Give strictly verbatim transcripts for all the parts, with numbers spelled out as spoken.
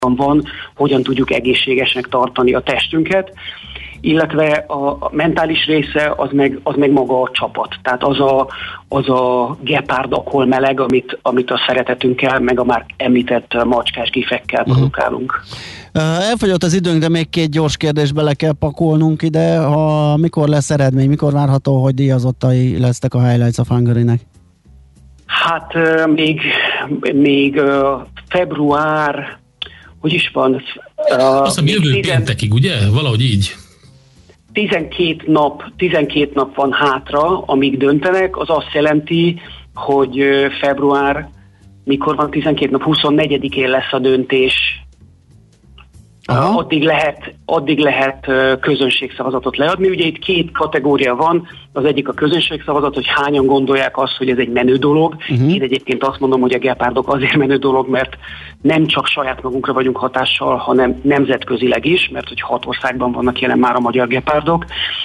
van, hogyan tudjuk egészségesnek tartani a testünket, illetve a, a mentális része az meg, az meg maga a csapat. Tehát az a, az a gepárd akol meleg, amit, amit a szeretetünkkel, meg a már említett macskás gifekkel produkálunk. Elfogyott az időnk, de még két gyors kérdést bele kell pakolnunk ide. Ha mikor lesz eredmény, mikor várható, hogy díjazottai lesznek a Highlights of Hungary-nek? Hát még, még február, hogy is van? Azt hiszem jövő péntekig, ugye? Valahogy így. tizenkét nap, tizenkét nap van hátra, amíg döntenek, az azt jelenti, hogy február, mikor van tizenkét nap, huszonnegyedikén lesz a döntés. Aha. Addig lehet, addig lehet közönségszavazatot leadni. Ugye itt két kategória van, az egyik a közönségszavazat, hogy hányan gondolják azt, hogy ez egy menő dolog. Uh-huh. Én egyébként azt mondom, hogy a gepárdok azért menő dolog, mert nem csak saját magunkra vagyunk hatással, hanem nemzetközileg is, mert hogy hat országban vannak jelen már a magyar gepárdok.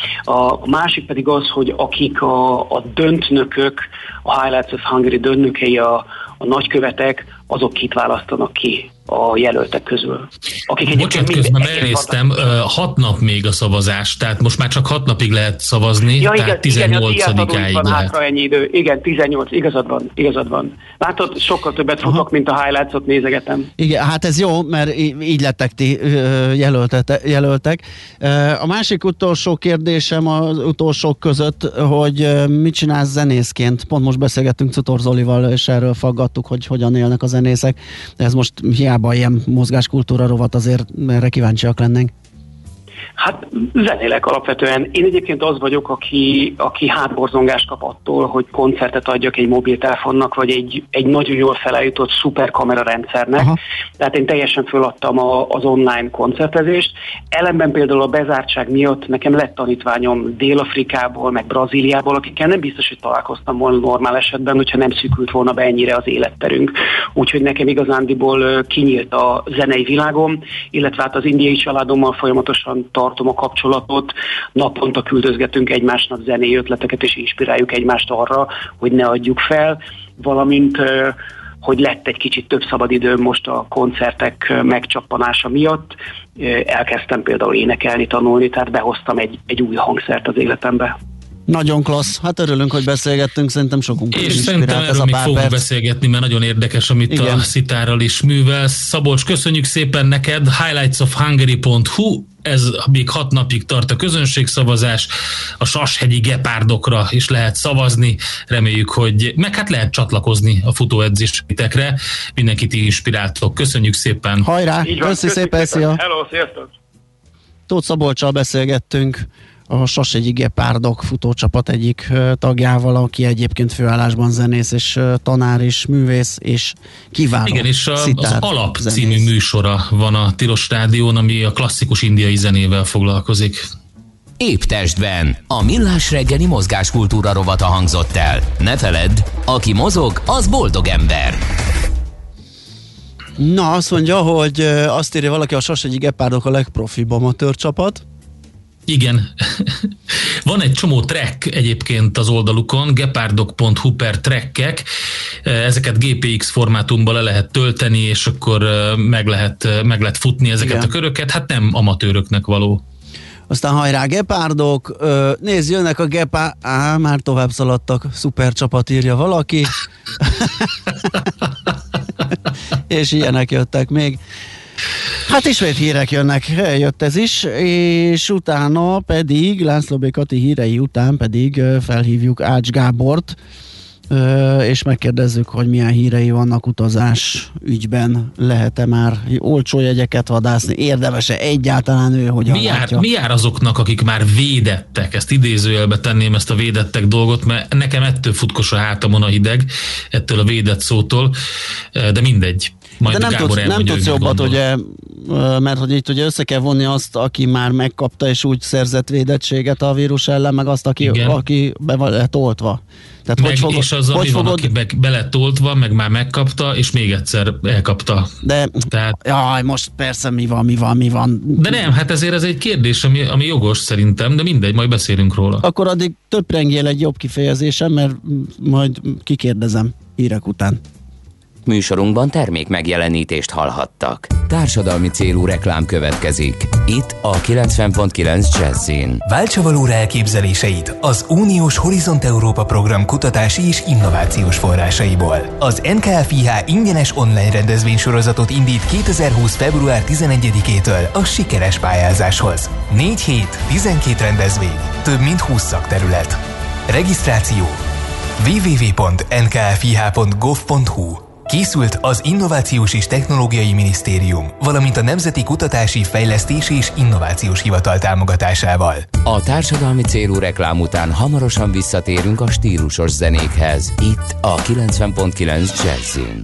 A másik pedig az, hogy akik a, a döntnökök, a Highlights of Hungary döntnökei, a, a nagykövetek, azok kit választanak ki a jelöltek közül. Akik Bocsánat, közben elnéztem, hat nap még a szavazás, tehát most már csak hat napig lehet szavazni, ja, tehát tizennyolcadikáig lehet. Hátra ennyi idő. Igen, tizennyolc, igazad van, igazad van. Látod, sokkal többet futok, aha, mint a Highlights-ot nézegetem. Igen, hát ez jó, mert így lettek ti jelöltek. A másik utolsó kérdésem az utolsók között, hogy mit csinálsz zenészként? Pont most beszélgettünk Cutor Zolival, és erről faggattuk, hogy hogyan élnek a zenészek. Ez most hiába ilyen mozgáskultúra rovat, azért erre kíváncsiak lennénk. Hát zenélek alapvetően. Én egyébként az vagyok, aki, aki hátborzongást kap attól, hogy koncertet adjak egy mobiltelefonnak, vagy egy, egy nagyon jól felállított szuperkamera rendszernek. Aha. Tehát én teljesen föladtam a, az online koncertezést. Ellenben például a bezártság miatt nekem lett tanítványom Dél-Afrikából, meg Brazíliából, akikkel nem biztos, hogy találkoztam volna normál esetben, hogyha nem szűkült volna be ennyire az életterünk. Úgyhogy nekem igazándiból kinyílt a zenei világom, illetve hát az indiai családommal folyamatosan tartom a kapcsolatot, naponta küldözgetünk egymásnak zenei ötleteket, és inspiráljuk egymást arra, hogy ne adjuk fel, valamint hogy lett egy kicsit több szabadidőm most a koncertek megcsappanása miatt. Elkezdtem például énekelni, tanulni, tehát behoztam egy, egy új hangszert az életembe. Nagyon klassz. Hát örülünk, hogy beszélgettünk, szerintem sokunk. És szerintem erről még fogunk perc. beszélgetni, mert nagyon érdekes, amit igen. a szitárral is művelsz. Szabolcs, köszönjük szépen neked. highlights of hungary pont hu, ez még hat napig tart a közönségszavazás, a Sashegyi gepárdokra is lehet szavazni, reméljük, hogy meg hát lehet csatlakozni a futóedzésekre, mindenkit inspiráltok. Köszönjük szépen. Hajrá, köszi szépen, szia. Hello, sziasztok. Tóth Szabolccsal beszélgettünk, a Sashegyi gepárdok futócsapat egyik tagjával, aki egyébként főállásban zenész és tanár és művész és kiváló. Igen, és a, az Alap zenész című műsora van a Tilos Rádión, ami a klasszikus indiai zenével foglalkozik. Épp testben. A Millás reggeli mozgáskultúra rovata hangzott el. Ne feledd, aki mozog, az boldog ember. Na, azt mondja, hogy azt írja valaki, a Sashegyi gepárdok a legprofibb amatőr csapat. Igen. Van egy csomó track egyébként az oldalukon, gepárdok pont hu per trackek. Ezeket gé pé iksz formátumban le lehet tölteni, és akkor meg lehet, meg lehet futni ezeket igen. a köröket. Hát nem amatőröknek való. Aztán hajrá gepárdok, nézd, jönnek a gepá... Á, már tovább szaladtak, szuper csapat, írja valaki. És ilyenek jöttek még. Hát ismét hírek jönnek, jött ez is, és utána pedig, László B. Kati hírei után pedig felhívjuk Ács Gábort, és megkérdezzük, hogy milyen hírei vannak utazás ügyben, lehet-e már olcsó jegyeket vadászni, érdemes-e egyáltalán ő, hogy mi jár, mi jár azoknak, akik már védettek, ezt idézőjelbe tenném, ezt a védettek dolgot, mert nekem ettől futkos a hátamon a hideg, ettől a védett szótól, de mindegy. Majd de nem tudsz, nem tudsz jobbat, ugye, mert hogy itt ugye össze kell vonni azt, aki már megkapta és úgy szerzett védettséget a vírus ellen, meg azt, aki, aki be lett oltva. Tehát meg, hogy fogod, és az, hogy van, fogod... aki be, be lett oltva, meg már megkapta, és még egyszer elkapta. De, Tehát... jaj, most persze mi van, mi van, mi van. De nem, hát ezért ez egy kérdés, ami, ami jogos szerintem, de mindegy, majd beszélünk róla. Akkor addig töprengjél egy jobb kifejezésem, mert majd kikérdezem hírek után. Műsorunkban termék megjelenítést hallhattak. Társadalmi célú reklám következik. Itt a kilencven pont kilenc Jazzin. Váltsa valóra elképzeléseit az Uniós Horizont Európa program kutatási és innovációs forrásaiból. Az en ká ef i há ingyenes online rendezvénysorozatot indít kétezer-húsz február tizenegyedikétől a sikeres pályázáshoz. Négy hét, tizenkét rendezvény, több mint húsz szakterület. Regisztráció double-u double-u double-u pont en ká ef i há pont gov pont hu. Készült az Innovációs és Technológiai Minisztérium, valamint a Nemzeti Kutatási, Fejlesztési és Innovációs Hivatal támogatásával. A társadalmi célú reklám után hamarosan visszatérünk a stílusos zenékhez. Itt a kilencven pont kilenc Jazzin.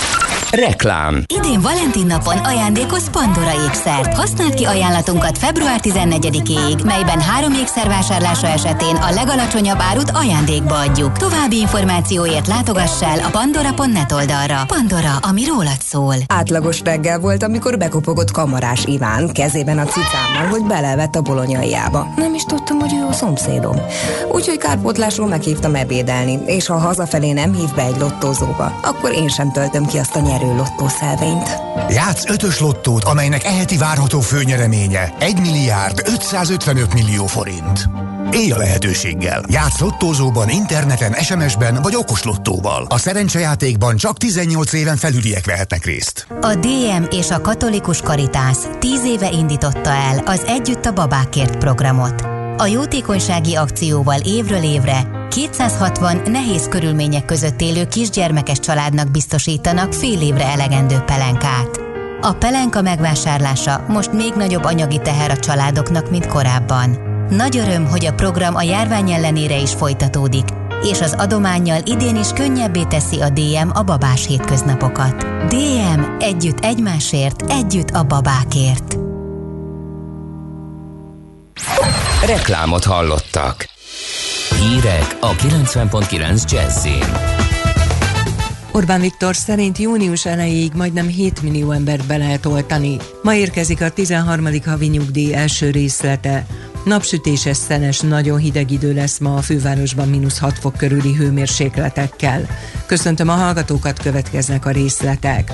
Reklám. Idén Valentin napon ajándékoz Pandora ékszert. Használd ki ajánlatunkat február tizennegyedikéig, melyben három ékszer vásárlása esetén a legalacsonyabb árut ajándékba adjuk. További információért látogass el a pandora pont net oldalra. Pandora, ami rólad szól. Átlagos reggel volt, amikor bekopogott Kamarás Iván kezében a cicámmal, hogy belevett a bolonyaiába. Nem is tudtam, hogy ő a szomszédom. Úgyhogy kárpótlásról meghívtam ebédelni, és ha hazafelé nem hív be egy lottózóba, akkor én sem töltöm ki azt a nyerő lottószelvényt. Játsz ötös lottót, amelynek eheti várható főnyereménye egy milliárd ötszázötvenöt millió forint. Élj a lehetőséggel. Játsz lottózóban, interneten, es em es-ben vagy okos lottóval. A szerencsejátékban csak tizennyolc éven felüliek vehetnek részt. A dé em és a Katolikus Karitász tíz éve indította el az Együtt a babákért programot. A jótékonysági akcióval évről évre kétszázhatvan nehéz körülmények között élő kisgyermekes családnak biztosítanak fél évre elegendő pelenkát. A pelenka megvásárlása most még nagyobb anyagi teher a családoknak, mint korábban. Nagy öröm, hogy a program a járvány ellenére is folytatódik, és az adománnyal idén is könnyebbé teszi a dé em a babás hétköznapokat. dé em, együtt egymásért, együtt a babákért. Reklámot hallottak. Hírek a kilencven pont kilenc Jazzin. Orbán Viktor szerint június elejéig majdnem hét millió embert be lehet oltani. Ma érkezik a tizenharmadik havi nyugdíj első részlete. Napsütéses, szenes, nagyon hideg idő lesz ma a fővárosban mínusz hat fok körüli hőmérsékletekkel. Köszöntöm a hallgatókat, következnek a részletek.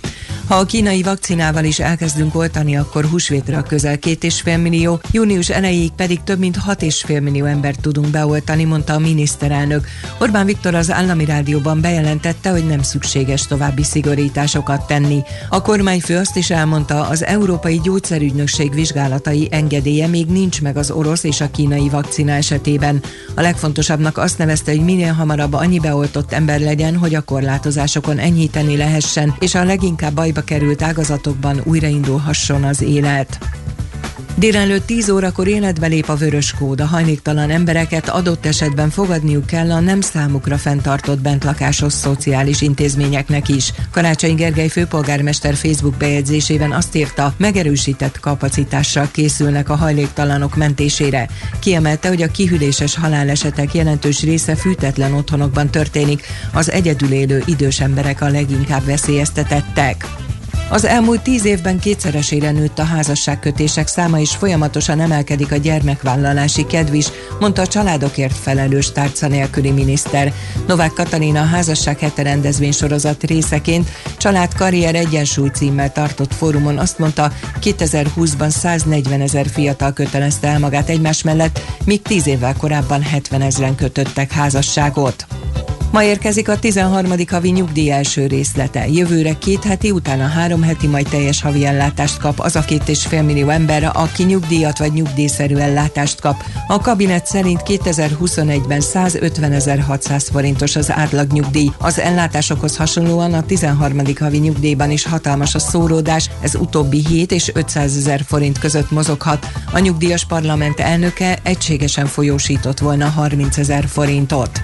Ha a kínai vakcinával is elkezdünk oltani, akkor húsvétra közel két és fél millió, június elejéig pedig több mint hat és fél millió embert tudunk beoltani, mondta a miniszterelnök. Orbán Viktor az állami rádióban bejelentette, hogy nem szükséges további szigorításokat tenni. A kormányfő azt is elmondta, az Európai Gyógyszerügynökség vizsgálatai engedélye még nincs meg az orosz és a kínai vakcina esetében. A legfontosabbnak azt nevezte, hogy minél hamarabb annyi beoltott ember legyen, hogy a korlátozásokon enyhíteni lehessen, és a leginkább bajba került ágazatokban újraindulhasson az élet. Délelőtt tíz órakor életbe lép a vörös kód. A hajléktalan embereket adott esetben fogadniuk kell a nem számukra fenntartott bentlakásos szociális intézményeknek is. Karácsony Gergely főpolgármester Facebook bejegyzésében azt írta, megerősített kapacitással készülnek a hajléktalanok mentésére. Kiemelte, hogy a kihűléses halálesetek jelentős része fűtetlen otthonokban történik, az egyedül élő idős emberek a leginkább veszélyeztetettek. Az elmúlt tíz évben kétszeresére nőtt a házasságkötések száma, és folyamatosan emelkedik a gyermekvállalási kedv is, mondta a családokért felelős tárca nélküli miniszter. Novák Katalina a Házasság hete rendezvénysorozat részeként Család Karrier Egyensúly címmel tartott fórumon azt mondta, kétezer-húszban száznegyvenezer fiatal kötelezte el magát egymás mellett, míg tíz évvel korábban hetvenezren kötöttek házasságot. Ma érkezik a tizenharmadik havi nyugdíj első részlete. Jövőre két heti, utána három heti, majd teljes havi ellátást kap az a két és fél millió ember, aki nyugdíjat vagy nyugdíjszerű ellátást kap. A kabinet szerint kétezer-huszonegyben százötvenezer-hatszáz forintos az átlagnyugdíj. Az ellátásokhoz hasonlóan a tizenharmadik havi nyugdíjban is hatalmas a szóródás, ez utóbbi hét és ötszázezer forint között mozoghat. A nyugdíjas parlament elnöke egységesen folyósított volna harmincezer forintot.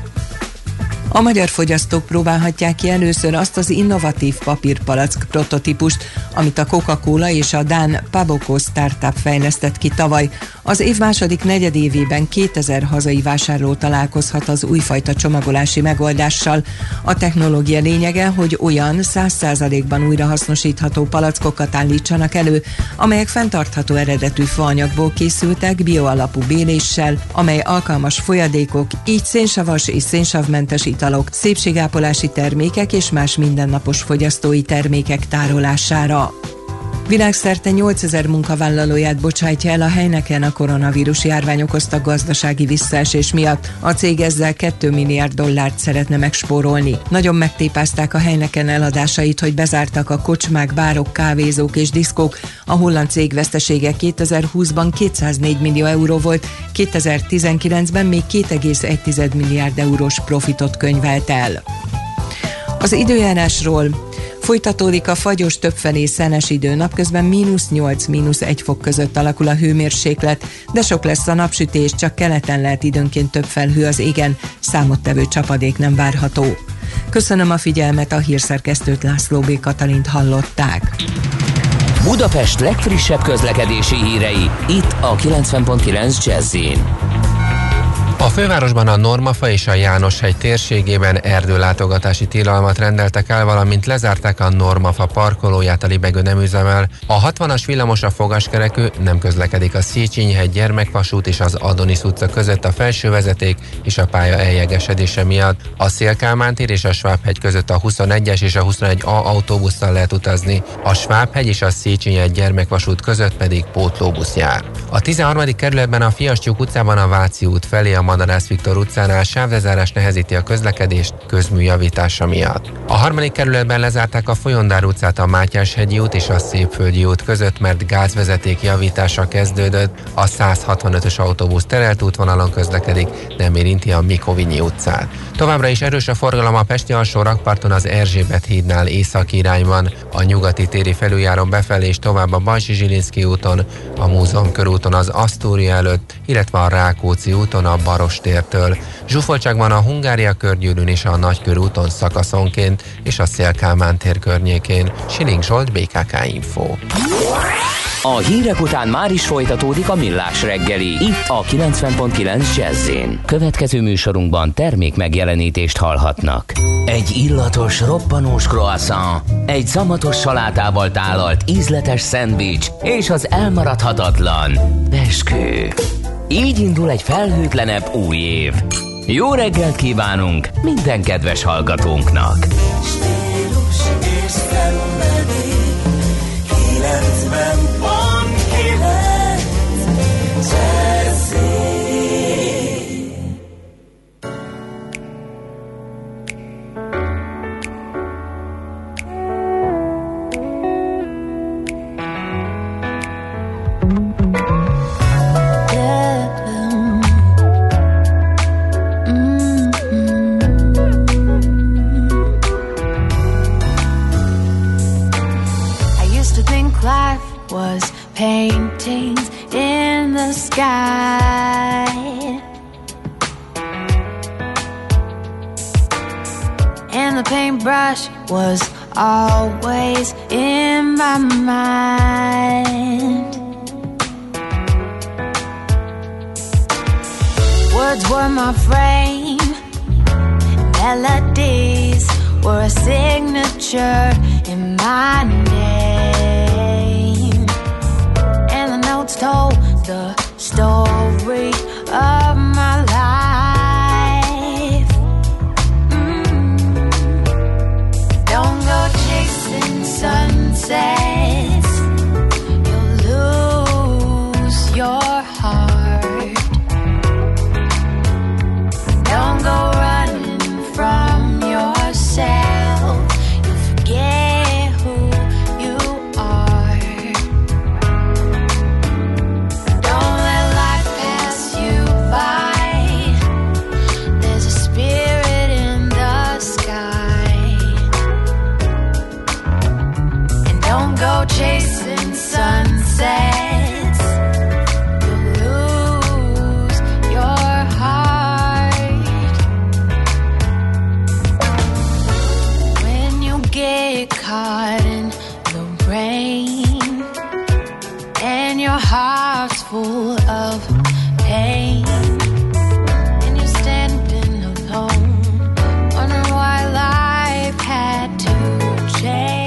A magyar fogyasztók próbálhatják ki először azt az innovatív papírpalack prototípust, amit a Coca-Cola és a dán Paboco startup fejlesztett ki tavaly. Az év második negyedévében kétezer hazai vásárló találkozhat az újfajta csomagolási megoldással. A technológia lényege, hogy olyan száz százalékban újrahasznosítható palackokat állítsanak elő, amelyek fenntartható eredetű faanyagból készültek bioalapú béléssel, amely alkalmas folyadékok, így szénsavas és szénsavmentes italok italok, szépségápolási termékek és más mindennapos fogyasztói termékek tárolására. Világszerte nyolcezer munkavállalóját bocsájtja el a Heineken a koronavírus járvány okozta gazdasági visszaesés miatt. A cég ezzel két milliárd dollárt szeretne megspórolni. Nagyon megtépázták a Heineken eladásait, hogy bezártak a kocsmák, bárok, kávézók és diszkók. A holland cég vesztesége kétezer-húszban kétszáznégy millió euró volt, kétezer-tizenkilencben még két egész egy milliárd eurós profitot könyvelt el. Az időjárásról: folytatódik a fagyos, többfelé szenes idő, napközben mínusz nyolc mínusz egy fok között alakul a hőmérséklet, de sok lesz a napsütés, csak keleten lehet időnként több felhő az égen, számottevő csapadék nem várható. Köszönöm a figyelmet, a hírszerkesztőt, László B. Katalint hallották. Budapest legfrissebb közlekedési hírei, itt a kilencven pont kilenc Jazz-in. A fővárosban a Normafa és a Jánoshegy térségében erdőlátogatási tilalmat rendeltek el, valamint lezárták a Normafa parkolóját, a libegő nem üzemel. A hatvanas villamos a fogaskerekű, nem közlekedik a Széchenyi-hegy gyermekvasút és az Adonis utca között a felső vezeték és a pálya eljegesedése miatt. A Széll-Kálmán tér és a Svábhegy között a huszonegyes és a huszonegy A autóbusszal lehet utazni, a Svábhegy és a Széchenyi-hegy gyermekvasút között pedig pótlóbusz jár. A tizenharmadik kerületben a Fiastyúk utcában a Váci út felé a Madarász Viktor utcánál sávlezárás nehezíti a közlekedést közműjavítása miatt. A harmadik kerületben lezárták a Folyondár utcát a Mátyás-hegyi út és a Szépföldi út között, mert gázvezeték javítása kezdődött. A száz hatvanötös autóbusz terelt útvonalon közlekedik, nem érinti a Mikovinyi utcát. Továbbra is erős a forgalom a Pesti alsó rakparton az Erzsébet hídnál északi irányban, a nyugati téri felüljáron befelé és tovább a Bajcsy-Zsilinszky úton, a Múzeum körúton az Asztória előtt, illetve a Rákóczi úton a Barostértől. Zsúfoltságban a Hungária körgyűrűn és a Nagykörúton szakaszonként és a Széll-Kálmán tér környékén. Siling Zsolt, bé ká ká Info. A hírek után már is folytatódik a Millás reggeli, itt a kilencven pont kilenc Jazz-in. Következő műsorunkban termék megjelenítést hallhatnak. Egy illatos, roppanós croissant, egy szamatos salátával tálalt ízletes szendvics és az elmaradhatatlan beskő. Így indul egy felhőtlenebb új év. Jó reggelt kívánunk minden kedves hallgatónknak! Stílus és szenvedély, kilencven pont kilenc Jazz-in. Was paintings in the sky, and the paintbrush was always in my mind. Words were my frame, melodies were a signature in my name. Notes told the story of my life. Mm. Don't go chasing sunsets, you'll lose your heart. Don't go running from yourself, you'll forget who you are. Chasing sunsets, you'll lose your heart. When you get caught in the rain and your heart's full of pain, and you're standing alone, wondering why life had to change.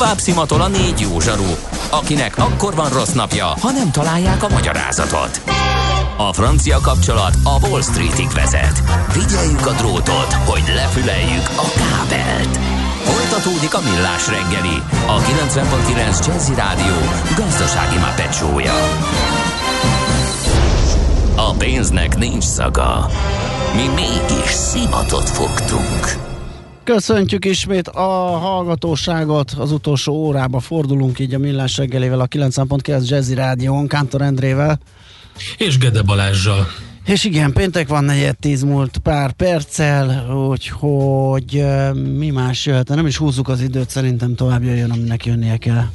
tovább szimatol a négy jó zsaru, akinek akkor van rossz napja, ha nem találják a magyarázatot. A francia kapcsolat a Wall Streetig vezet. Figyeljük a drótot, hogy lefüleljük a kábelt. Folytatódik a Millás reggeli, a kilencven pont kilenc Jazzy Rádió gazdasági mápecsója. A pénznek nincs szaga. Mi mégis szimatot fogtunk. Köszöntjük ismét a hallgatóságot, az utolsó órába fordulunk így a Millás reggelével, a kilencven pont kilenc Jazzy Rádión, Kántor Endrével. És Gede Balázssal. És igen, péntek van, negyed tíz múlt pár perccel, úgyhogy uh, mi más jöhet, nem is húzzuk az időt, szerintem tovább jöjjön, aminek jönnie kell.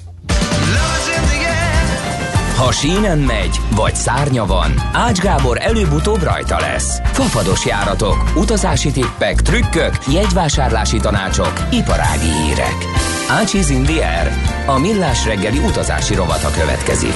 Ha sínen megy, vagy szárnya van, Ács Gábor előbb-utóbb rajta lesz. Fafados járatok, utazási tippek, trükkök, jegyvásárlási tanácsok, iparági hírek. Ácsiz in the air. A Millás reggeli utazási rovata következik.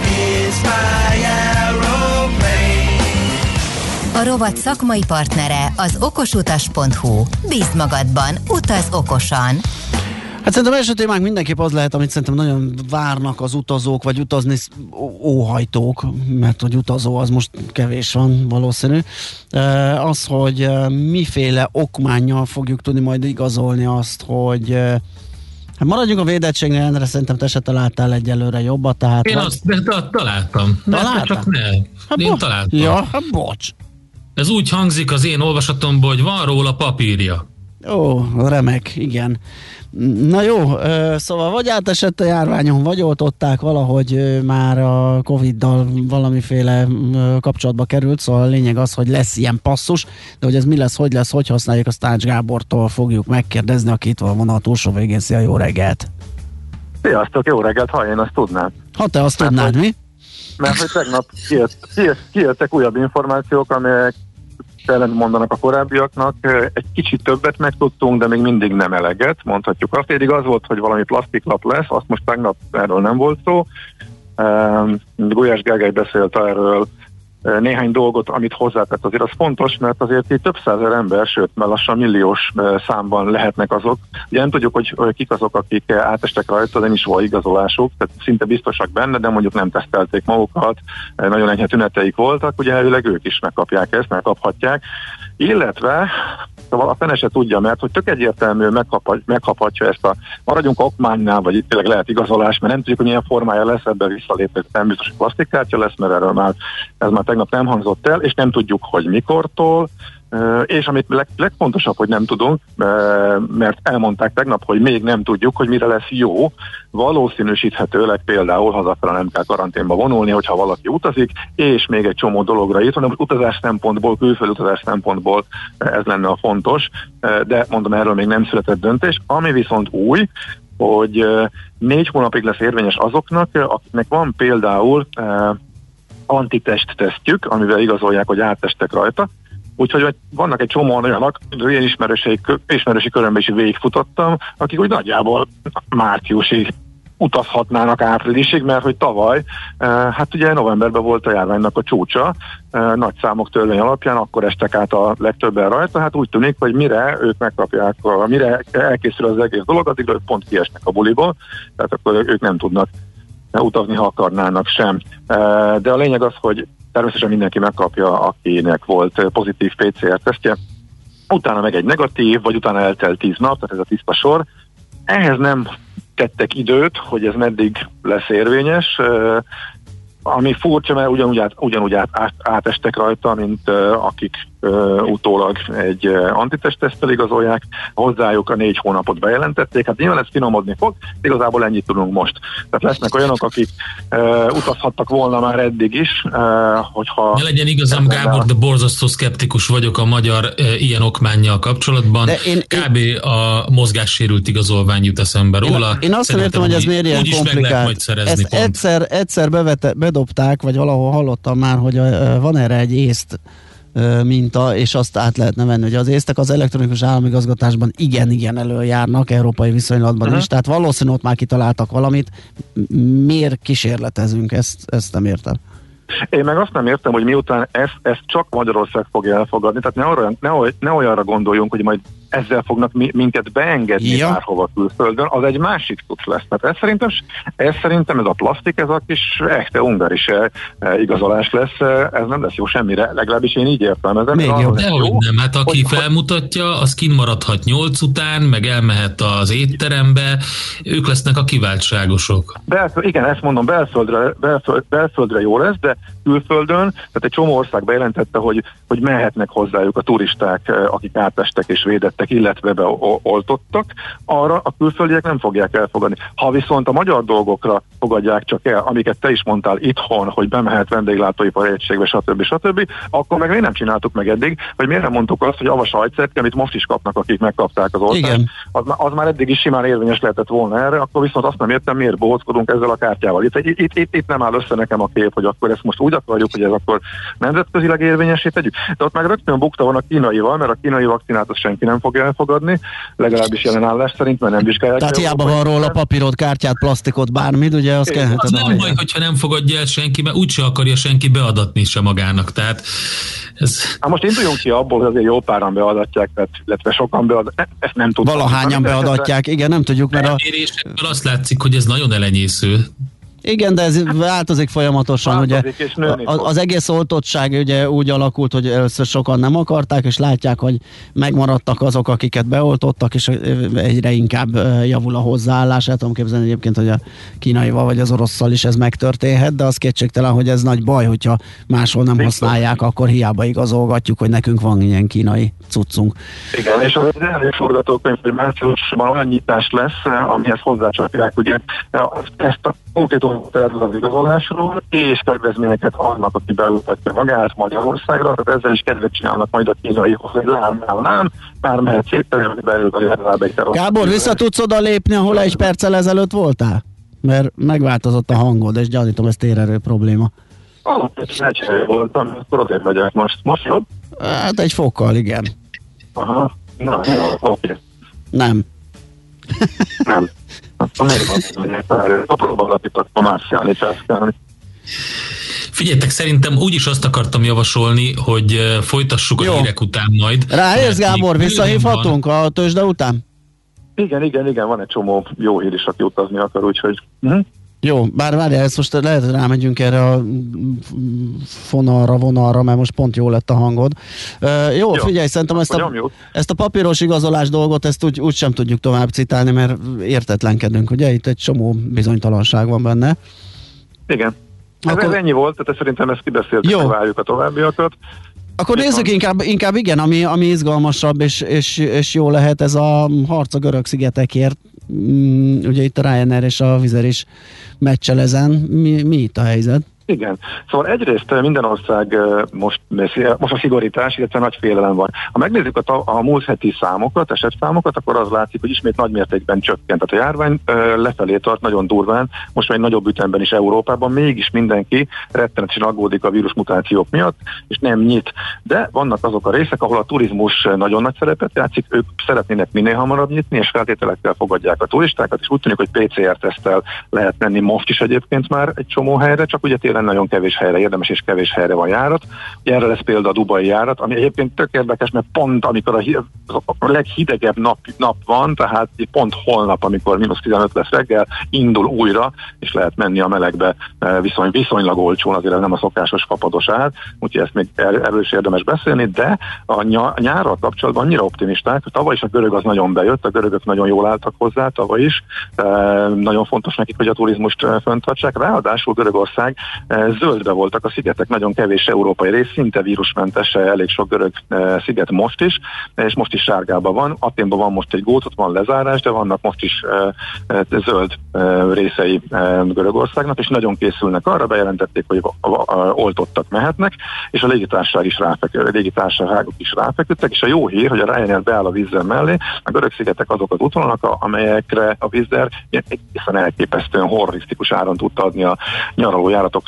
A rovat szakmai partnere az okosutas pont hu. Bízd magadban, utaz okosan! Hát szerintem első témánk mindenképp az lehet, amit szerintem nagyon várnak az utazók, vagy utazni óhajtók, mert hogy utazó az most kevés van valószínű. Az, hogy miféle okmánnyal fogjuk tudni majd igazolni azt, hogy hát maradjunk a védettségnél, Endre, szerintem te se találtál egyelőre jobbat, tehát... Én vagy... azt de, de, találtam. Találtál? Csak ne. Hát én bo- találtam. Ja, hát bocs. Ez úgy hangzik az én olvasatomból, hogy van róla papírja. Ó, remek, igen. Na jó, szóval vagy átesett a járványon, vagy oltották valahogy már a Coviddal valamiféle kapcsolatba került, szóval a lényeg az, hogy lesz ilyen passzus, de hogy ez mi lesz, hogy lesz, hogy használjuk, azt Ács Gábortól fogjuk megkérdezni, aki itt van a vonal túlsó végén. Szia, jó reggelt! Sziasztok, jó reggelt, ha én azt tudnám. Ha te azt mert tudnád, hogy, mi? Mert hogy tegnap kijött, kijött, kijöttek újabb információk, amelyek ellent mondanak a korábbiaknak. Egy kicsit többet megtudtunk, de még mindig nem eleget, mondhatjuk azt. Eddig az volt, hogy valami plastiklap lesz, azt most tegnap erről nem volt szó. Gulyás Gergely beszélt erről néhány dolgot, amit hozzátett, azért az fontos, mert azért itt több százezer ember, sőt, már lassan milliós számban lehetnek azok. Ugye nem tudjuk, hogy kik azok, akik átestek rajta, de nem is volt igazolásuk, tehát szinte biztosak benne, de mondjuk nem tesztelték magukat, nagyon enyhe tüneteik voltak, ugye elvileg ők is megkapják ezt, megkaphatják. Illetve szóval a fene se tudja, mert hogy tök egyértelmű megkaphatja ezt a maradjunk okmánynál, vagy itt tényleg lehet igazolás, mert nem tudjuk, hogy milyen formája lesz, ebben visszalépve nem biztos, hogy plastikkártya lesz, mert erről már, ez már tegnap nem hangzott el, és nem tudjuk, hogy mikortól, és amit leg, legfontosabb, hogy nem tudunk, mert elmondták tegnap, hogy még nem tudjuk, hogy mire lesz jó, valószínűsíthetőleg például hazafele nem kell karanténba vonulni, hogyha valaki utazik, és még egy csomó dologra itt, hanem utazás szempontból, külföldi utazás szempontból ez lenne a fontos, de mondom, erről még nem született döntés, ami viszont új, hogy négy hónapig lesz érvényes azoknak, akiknek van például antitest tesztjük, amivel igazolják, hogy átestek rajta. Úgyhogy vannak egy csomó olyanok, én ismerősi, ismerősi körömben is végigfutottam, akik úgy nagyjából márciusig utazhatnának áprilisig, mert hogy tavaly, hát ugye novemberben volt a járványnak a csúcsa, nagy számok törvény alapján, akkor estek át a legtöbben rajta, hát úgy tűnik, hogy mire ők megkapják, mire elkészül az egész dolog, addigra ők pont kiesnek a buliból, tehát akkor ők nem tudnak utazni, ha akarnának sem. De a lényeg az, hogy természetesen mindenki megkapja, akinek volt pozitív pé cé er tesztje, utána meg egy negatív, vagy utána eltelt tíz nap, tehát ez a tiszta sor. Ehhez nem tettek időt, hogy ez meddig lesz érvényes, ami furcsa, mert ugyanúgy, át, ugyanúgy át, át, átestek rajta, mint uh, akik uh, utólag egy uh, antitestteszttel igazolják, hozzájuk a négy hónapot bejelentették, hát nyilván ez finomodni fog, igazából ennyit tudunk most. Tehát lesznek olyanok, akik uh, utazhattak volna már eddig is, uh, hogyha... Ne legyen igazam, Gábor, de borzasztó szkeptikus vagyok a magyar uh, ilyen okmánnyal kapcsolatban. Én, Kb. Én... a mozgássérült igazolvány jut eszembe róla. Én, én azt nem értem, hogy ez miért ilyen komplikált. Ezt egyszer, egyszer bevete, bedobták, vagy valahol hallottam már, hogy uh, van erre egy észt uh, minta, és azt át lehetne venni. Ugye az észtek az elektronikus államigazgatásban igen-igen előjárnak, európai viszonylatban uh-huh. is, tehát valószínűleg ott már kitaláltak valamit. Miért kísérletezünk? Ezt, ezt nem értem. Én meg azt nem értem, hogy miután ezt, ezt csak Magyarország fogja elfogadni, tehát ne, arra, ne, ne olyanra gondoljunk, hogy majd ezzel fognak mi, minket beengedni ja. bárhova külföldön, az egy másik tudsz lesz. Mert ez szerintem, ez szerintem ez a plastik, ez a kis echte ungaris igazolás lesz, ez nem lesz jó semmire, legalábbis én így értelmezem. Még jobb. Dehogy nem, hát aki hogy, felmutatja, az kint maradhat nyolc után, meg elmehet az étterembe, ők lesznek a kiváltságosok. Belföld, igen, ezt mondom, belföldre, belföld, belföldre jó lesz, de külföldön, tehát egy csomó ország bejelentette, hogy, hogy mehetnek hozzájuk a turisták, akik átestek és védettek, illetve beoltottak, arra a külföldiek nem fogják elfogadni. Ha viszont a magyar dolgokra fogadják csak el, amiket te is mondtál itthon, hogy bemehet vendéglátóipari egységbe, stb. stb., akkor meg miért nem csináltuk meg eddig, vagy miért nem mondtuk azt, hogy a sajtszerke, amit most is kapnak, akik megkapták az oltást, az, az már eddig is simán érvényes lehetett volna erre, akkor viszont azt nem értem, miért bohóckodunk ezzel a kártyával. Itt, itt, itt, itt, itt nem áll össze nekem a kép, hogy akkor ezt most úgy akarjuk, hogy ez akkor nemzetközileg érvényessé tegyük. De ott meg rögtön bukta van a kínaival, mert a kínai vakcinát azt senki nem fogja elfogadni, legalábbis jelenállás szerint, mert nem vizsgálják. Tehát hiába van róla papírod, kártyát, plastikot, bármit, ugye az kell. Az nem baj, hogyha nem fogadja el senki, mert úgyse akarja senki beadatni se magának. Tehát ez... Hát most induljunk ki abból, hogy azért jó páran beadatják, tehát, illetve sokan beadatják, ezt nem tudom. Valahányan beadatják, igen, nem tudjuk, mert a... Elérésekből azt látszik, hogy ez nagyon elenyésző. Igen, de ez változik folyamatosan, változik, ugye az, az egész oltottság ugye úgy alakult, hogy először sokan nem akarták, és látják, hogy megmaradtak azok, akiket beoltottak, és egyre inkább javul a hozzáállás. El tudom képzelni egyébként, hogy a kínaival vagy az orosszal is ez megtörténhet, de az kétségtelen, hogy ez nagy baj, hogyha máshol nem használják, akkor hiába igazolgatjuk, hogy nekünk van ilyen kínai cuccunk. Igen, és az első forgatókönyv, hogy márciusban olyan nyitás lesz, amihez hozzácsapják ugye ezt a konkrét az igazolásról, és kedvezményeket adnak, aki beültetve magát Magyarországra, tehát ezzel is kedvet csinálnak majd a kínaihoz, hogy lám, lám, lám, már mehet szépen, belül a legalább egy terület. Gábor, vissza tudsz oda lépni, ahol egy perccel ezelőtt voltál? Mert megváltozott a hangod, és gyanítom, ez térerő probléma. Alapvetően egy voltam, akkor azért megyek most. Most jobb? Hát egy fokkal, igen. Aha, na, jó, oké. Nem. Nem. Akkor miért van, hogy a próbálatikat a másjálni felszkálni. Figyeljetek, szerintem úgyis azt akartam javasolni, hogy folytassuk a Jó. hírek után majd. Ráérsz, Gábor, visszahívhatunk a tőzsde után? Igen, igen, igen, van egy csomó jó hír is, aki utazni akar, úgyhogy... Hm? Jó, bár várjál, ezt most lehet, hogy rámegyünk erre a fonalra, vonalra, mert most pont jó lett a hangod. Uh, jó, jó, figyelj, szerintem ezt a, ezt a papíros igazolás dolgot, ezt úgy, úgy sem tudjuk tovább citálni, mert értetlenkedünk, ugye? Itt egy csomó bizonytalanság van benne. Igen. Akkor... Ez ennyi volt, tehát szerintem ezt kibeszéltük, hogy várjuk a továbbiakat. Akkor nézzük inkább, inkább igen, ami, ami izgalmasabb és, és, és jó lehet, ez a harc a görög szigetekért. Mm, ugye itt a Ryanair és a Wizz Air is meccsel ezen. Mi, mi itt a helyzet? Igen. Szóval egyrészt minden ország most, most a szigorítás, illetve nagy félelem van. Ha megnézzük a, a múlt heti számokat, esetszámokat, akkor az látszik, hogy ismét nagy mértékben csökkent. Tehát a járvány lefelé tart nagyon durván, most már egy nagyobb ütemben is Európában, mégis mindenki rettenetesen aggódik a vírusmutációk miatt, és nem nyit. De vannak azok a részek, ahol a turizmus nagyon nagy szerepet játszik, ők szeretnének minél hamarabb nyitni, és feltételekkel fogadják a turistákat, és úgy tűnik, hogy pé cé er-teszttel lehet menni most is egyébként már egy csomó helyre, csak ugye télen nagyon kevés helyre érdemes, és kevés helyre van járat. Ugye erre lesz példa a dubai járat, ami egyébként tök érdekes, mert pont amikor a, a leghidegebb nap, nap van, tehát pont holnap, amikor mínusz tizenöt lesz reggel, indul újra, és lehet menni a melegbe viszony, viszonylag olcsón, azért ez nem a szokásos fapados ár, úgyhogy ezt még erről is érdemes beszélni, de a nyárral kapcsolatban annyira optimisták, hogy tavaly is a görög az nagyon bejött, a görögök nagyon jól álltak hozzá, tavaly is. Nagyon fontos nekik, hogy a turizmust fenntartsák, ráadásul Görögország zöldbe voltak a szigetek, nagyon kevés európai rész, szinte vírusmentes, elég sok görög sziget most is, és most is sárgában van. Athénban van most egy gót, ott van lezárás, de vannak most is zöld részei Görögországnak, és nagyon készülnek arra, bejelentették, hogy oltottak mehetnek, és a légitársaság is ráfeküdt, a légitársaságok is ráfeküdtek, és a jó hír, hogy a Ryanair beáll a Wizz Air mellé, a görög szigetek azok az útvonalak, amelyekre a Wizz Air egészen elképesztően horrorisztikus áron tudta adni a nyaraló járatokra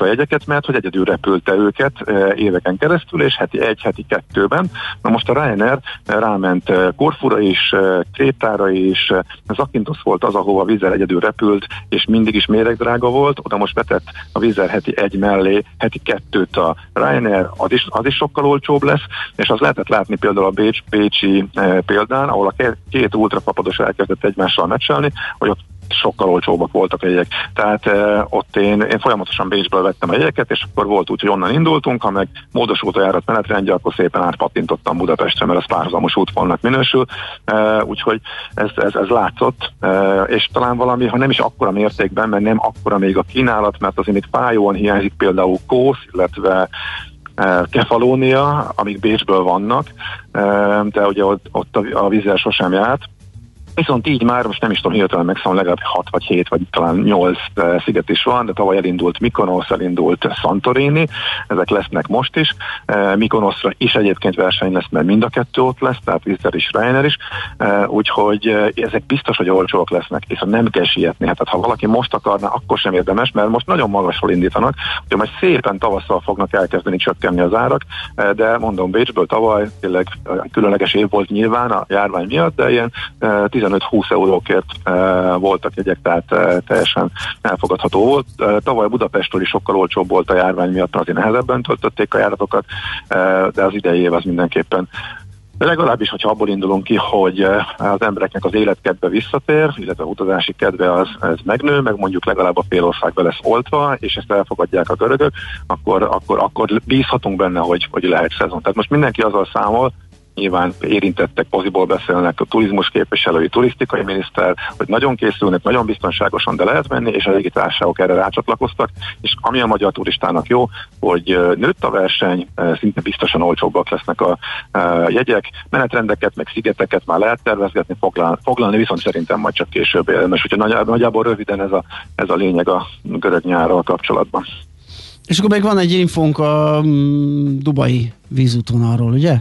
a jegyeket, mert hogy egyedül repülte őket éveken keresztül, és heti egy, heti kettőben. Na most a Ryanair ráment Korfura is, Krétára is, Zakynthos volt az, ahova a Wizz Air egyedül repült, és mindig is méregdrága volt, oda most betett a Wizz Air heti egy mellé, heti kettőt a Ryanair, az is, az is sokkal olcsóbb lesz, és az lehetett látni például a Bécs, Bécsi e, példán, ahol a két ultrapapados elkezdett egymással meccselni, hogy ott sokkal olcsóbbak voltak a jegyek. Tehát e, ott én, én folyamatosan Bécsből vettem a jegyeket, és akkor volt úgy, hogy onnan indultunk, ha meg módosult a járat menetrendje, akkor szépen átpattintottam Budapestre, mert az párhuzamos útvonalnak minősül. E, úgyhogy ez, ez, ez látszott, e, és talán valami, ha nem is akkora mértékben, mert nem akkora még a kínálat, mert azért még Pályón hiányzik például Kósz, illetve Kefalónia, amik Bécsből vannak, de ugye ott, ott a Wizz Air sosem járt. Viszont így már, most nem is tudom hirtelen megszámolni, legalább hat vagy hét, vagy talán nyolc sziget is van, de tavaly elindult Mykonos, elindult Santorini, ezek lesznek most is. Mykonosra is egyébként verseny lesz, mert mind a kettő ott lesz, tehát Wizz Air is, Ryanair is, úgyhogy ezek biztos, hogy olcsóak lesznek, és nem kell sietni. Hát ha valaki most akarna, akkor sem érdemes, mert most nagyon magasról indítanak, hogy majd szépen tavasszal fognak elkezdeni csökkenni az árak, de mondom, Bécsből tavaly tényleg különleges év volt nyilván a járvány miatt, de ilyen tizenöt-húsz eurókért uh, voltak jegyek, tehát uh, teljesen elfogadható volt. Uh, tavaly Budapestről is sokkal olcsóbb volt a járvány miatt, azért nehezebben töltötték a járatokat, uh, de az idei év az mindenképpen. De legalábbis, hogyha abból indulunk ki, hogy az embereknek az életkedve visszatér, illetve az utazási kedve az, ez megnő, meg mondjuk legalább a fél ország be lesz oltva, és ezt elfogadják a görögök, akkor, akkor, akkor bízhatunk benne, hogy, hogy lehet szezon. Tehát most mindenki azzal számol, nyilván érintettek, poziból beszélnek, a turizmus képviselői, turisztikai miniszter, hogy nagyon készülnek, nagyon biztonságosan, de lehet menni, és a légitársaságok erre rácsatlakoztak, és ami a magyar turistának jó, hogy nőtt a verseny, szinte biztosan olcsóbbak lesznek a jegyek, menetrendeket, meg szigeteket már lehet tervezgetni, foglalni, foglalni viszont szerintem majd csak később érdemes, úgyhogy nagyjából röviden ez a, ez a lényeg a görög nyárral kapcsolatban. És akkor még van egy infónk a dubai vízútvonalról, ugye?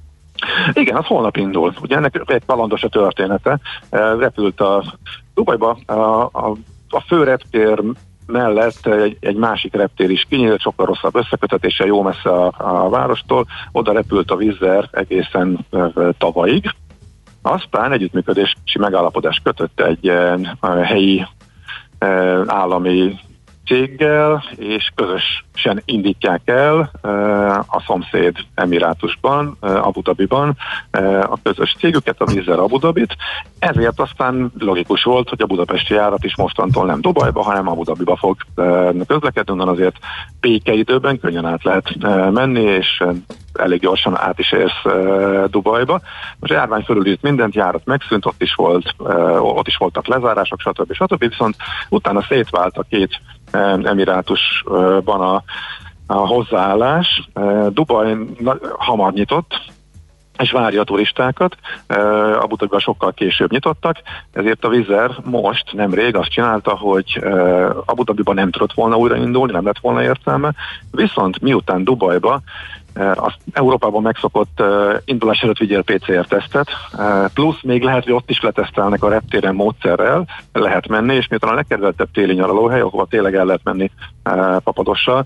Igen, az holnap indul. Ugye ennek egy kalandos a története. Repült a Dubajba a, a, a fő reptér mellett egy, egy másik reptér is kinyílt, sokkal rosszabb összekötetése, jó messze a, a várostól. Oda repült a Wizz Air egészen e, tavalyig. Aztán együttműködési megállapodás kötött egy e, helyi e, állami céggel, és közösen indítják el a szomszéd emirátusban, Abu Dhabiban a közös cégüket, a Wizz Air Abu Dhabit. Ezért aztán logikus volt, hogy a budapesti járat is mostantól nem Dubajba, hanem Abu Dhabiba fog közlekedni, onnan azért békeidőben könnyen át lehet menni, és elég gyorsan át is érsz Dubajba. Most a járvány fölülírt mindent, járat megszűnt, ott is volt, ott is voltak lezárások, stb. stb. Viszont utána szétvált a két emirátusban a, a hozzáállás. Dubaj hamar nyitott, és várja a turistákat. Abu Dhabiban sokkal később nyitottak, ezért a Wizz Air most nemrég azt csinálta, hogy Abu Dhabiban nem tudott volna újraindulni, nem lett volna értelme, viszont miután Dubajba azt Európában megszokott uh, indulás előtt vigyél pé cé er tesztet, uh, plusz még lehet, hogy ott is letesztelnek a reptéren módszerrel, lehet menni, és miután a legkedveltebb téli nyaralóhely, ahova tényleg el lehet menni uh, papadossal,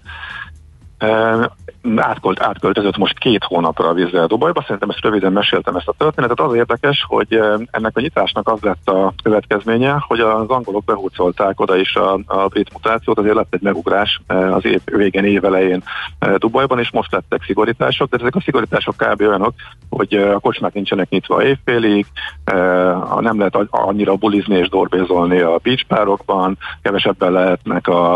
uh, átkölt, átköltözött most két hónapra a Wizz Air Dubajba. Szerintem ezt röviden meséltem ezt a történetet. Az érdekes, hogy ennek a nyitásnak az lett a következménye, hogy az angolok behúzolták oda is a, a brit mutációt, azért lett egy megugrás az év végén, év elején Dubajban, és most lettek szigorítások, de ezek a szigorítások kb. Olyanok, hogy a kocsmák nincsenek nyitva évfélig, nem lehet annyira bulizni és dorbézolni a beach bárokban, kevesebben lehetnek a,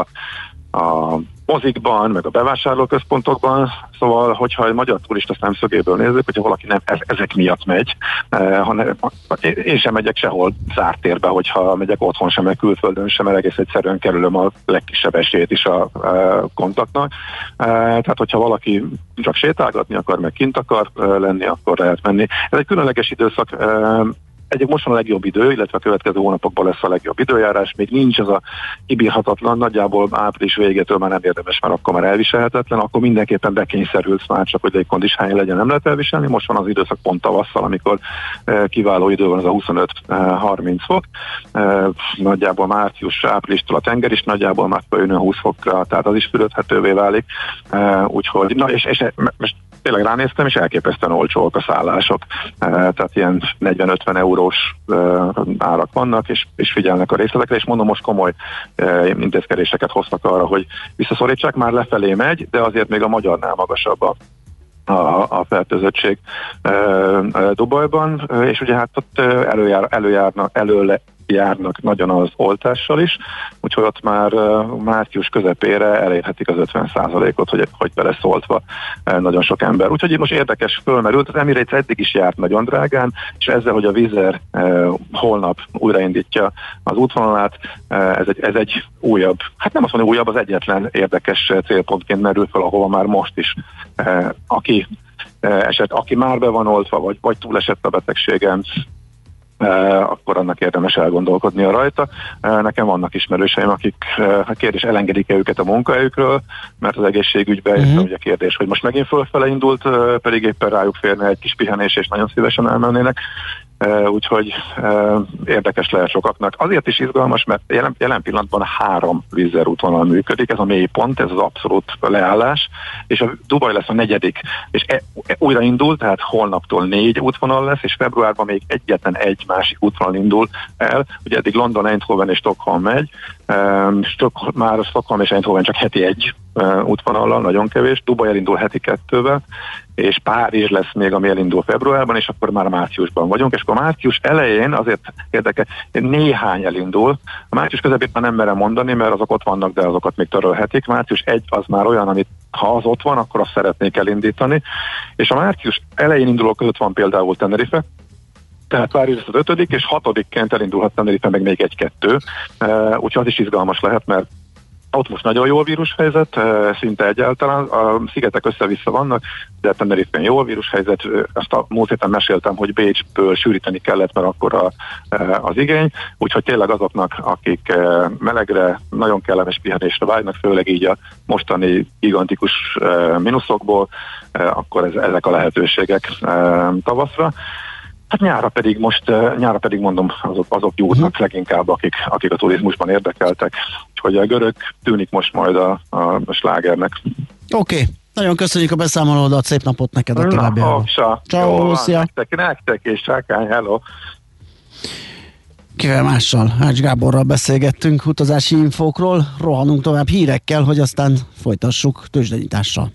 a mozikban, meg a bevásárlóközpontokban, szóval, hogyha egy magyar turista szemszögéből nézzük, hogyha valaki nem ezek miatt megy, eh, hanem én sem megyek sehol zárt térbe, hogyha megyek otthon sem, meg külföldön sem, mert egész egyszerűen kerülöm a legkisebb esélyt is a eh, kontaktnak. Eh, tehát, hogyha valaki csak sétálgatni akar, meg kint akar eh, lenni, akkor lehet menni. Ez egy különleges időszak, eh, egyébként most van a legjobb idő, illetve a következő hónapokban lesz a legjobb időjárás, még nincs az a kibírhatatlan, nagyjából április végétől már nem érdemes, mert akkor már elviselhetetlen, akkor mindenképpen bekényszerülsz már csak, hogy légkondis hány legyen, nem lehet elviselni. Most van az időszak pont tavasszal, amikor kiváló idő van, az a huszonöt-harminc fok, nagyjából március, áprilistól a tenger is nagyjából már jön húsz fokra, tehát az is fürödhetővé válik, úgyhogy, na és, és most tényleg ránéztem, és elképesztően olcsóak a szállások, tehát ilyen negyven-ötven eurós árak vannak, és, és figyelnek a részletekre, és mondom, most komoly intézkedéseket hoztak arra, hogy visszaszorítsák, már lefelé megy, de azért még a magyarnál magasabb a a, a fertőzöttség e, e, Dubajban, és ugye hát ott előjár, előjárnak, előle járnak nagyon az oltással is, úgyhogy ott már március közepére elérhetik az ötven százalékot, hogy, hogy beleszóltva nagyon sok ember. Úgyhogy itt most érdekes fölmerült, az Emirates eddig is járt nagyon drágán, és ezzel, hogy a Wizz Air eh, holnap újraindítja az útvonalát, eh, ez, egy, ez egy újabb, hát nem azt mondom újabb, az egyetlen érdekes célpontként merül fel, ahova már most is eh, aki eh, eset, aki már be van oltva, vagy, vagy túlesett a betegségen, Uh, akkor annak érdemes elgondolkodnia rajta. Uh, nekem vannak ismerőseim, akik uh, a kérdés, elengedik-e őket a munkahelyükről, mert az egészségügyben uh-huh. jött ugye a kérdés, hogy most megint fölfele indult, uh, pedig éppen rájuk férne egy kis pihenés, és nagyon szívesen elmennének. Uh, úgyhogy uh, érdekes lehet sokaknak. Azért is izgalmas, mert jelen, jelen pillanatban három Wizz Air útvonal működik, ez a mélypont, ez az abszolút leállás, és a Dubaj lesz a negyedik, és e, e, újraindul, tehát holnaptól négy útvonal lesz, és februárban még egyetlen egy másik útvonal indul el, ugye eddig London, Eindhoven és Stockholm megy, um, Stock, már a Stockholm és Eindhoven csak heti egy uh, útvonallal, nagyon kevés, Dubaj elindul heti kettővel, és Párizs lesz még, ami elindul februárban, és akkor már márciusban vagyunk, és akkor március elején azért érdekes, néhány elindul. A március közepét már nem merem mondani, mert azok ott vannak, de azokat még törölhetik. Március egy az már olyan, amit ha az ott van, akkor azt szeretnék elindítani. És a március elején indulók között van például Tenerife, tehát Párizs lesz az ötödik, és hatodikként elindulhat Tenerife meg még egy-kettő. Úgyhogy az is izgalmas lehet, mert ott most nagyon jó a vírushelyzet, szinte egyáltalán, a szigetek össze-vissza vannak, de Tenerife jó a vírushelyzet, azt a múlt héten meséltem, hogy Bécsből sűríteni kellett, mert akkor a, az igény, úgyhogy tényleg azoknak, akik melegre, nagyon kellemes pihenésre vágynak, főleg így a mostani gigantikus mínuszokból, akkor ez, ezek a lehetőségek tavaszra. Hát nyára pedig most, nyára pedig mondom, azok, azok jutnak uh-huh. leginkább, akik, akik a turizmusban érdekeltek. Úgyhogy a görög tűnik most majd a, a, a slágernek. Oké, okay. Nagyon köszönjük a beszámolódat, szép napot neked a továbbiakban. Ciao, szia! Nektek, nektek és Sákány, hello! Kivel mással? Ács Gáborral beszélgettünk utazási infókról, rohanunk tovább hírekkel, hogy aztán folytassuk tőzsdenyitással.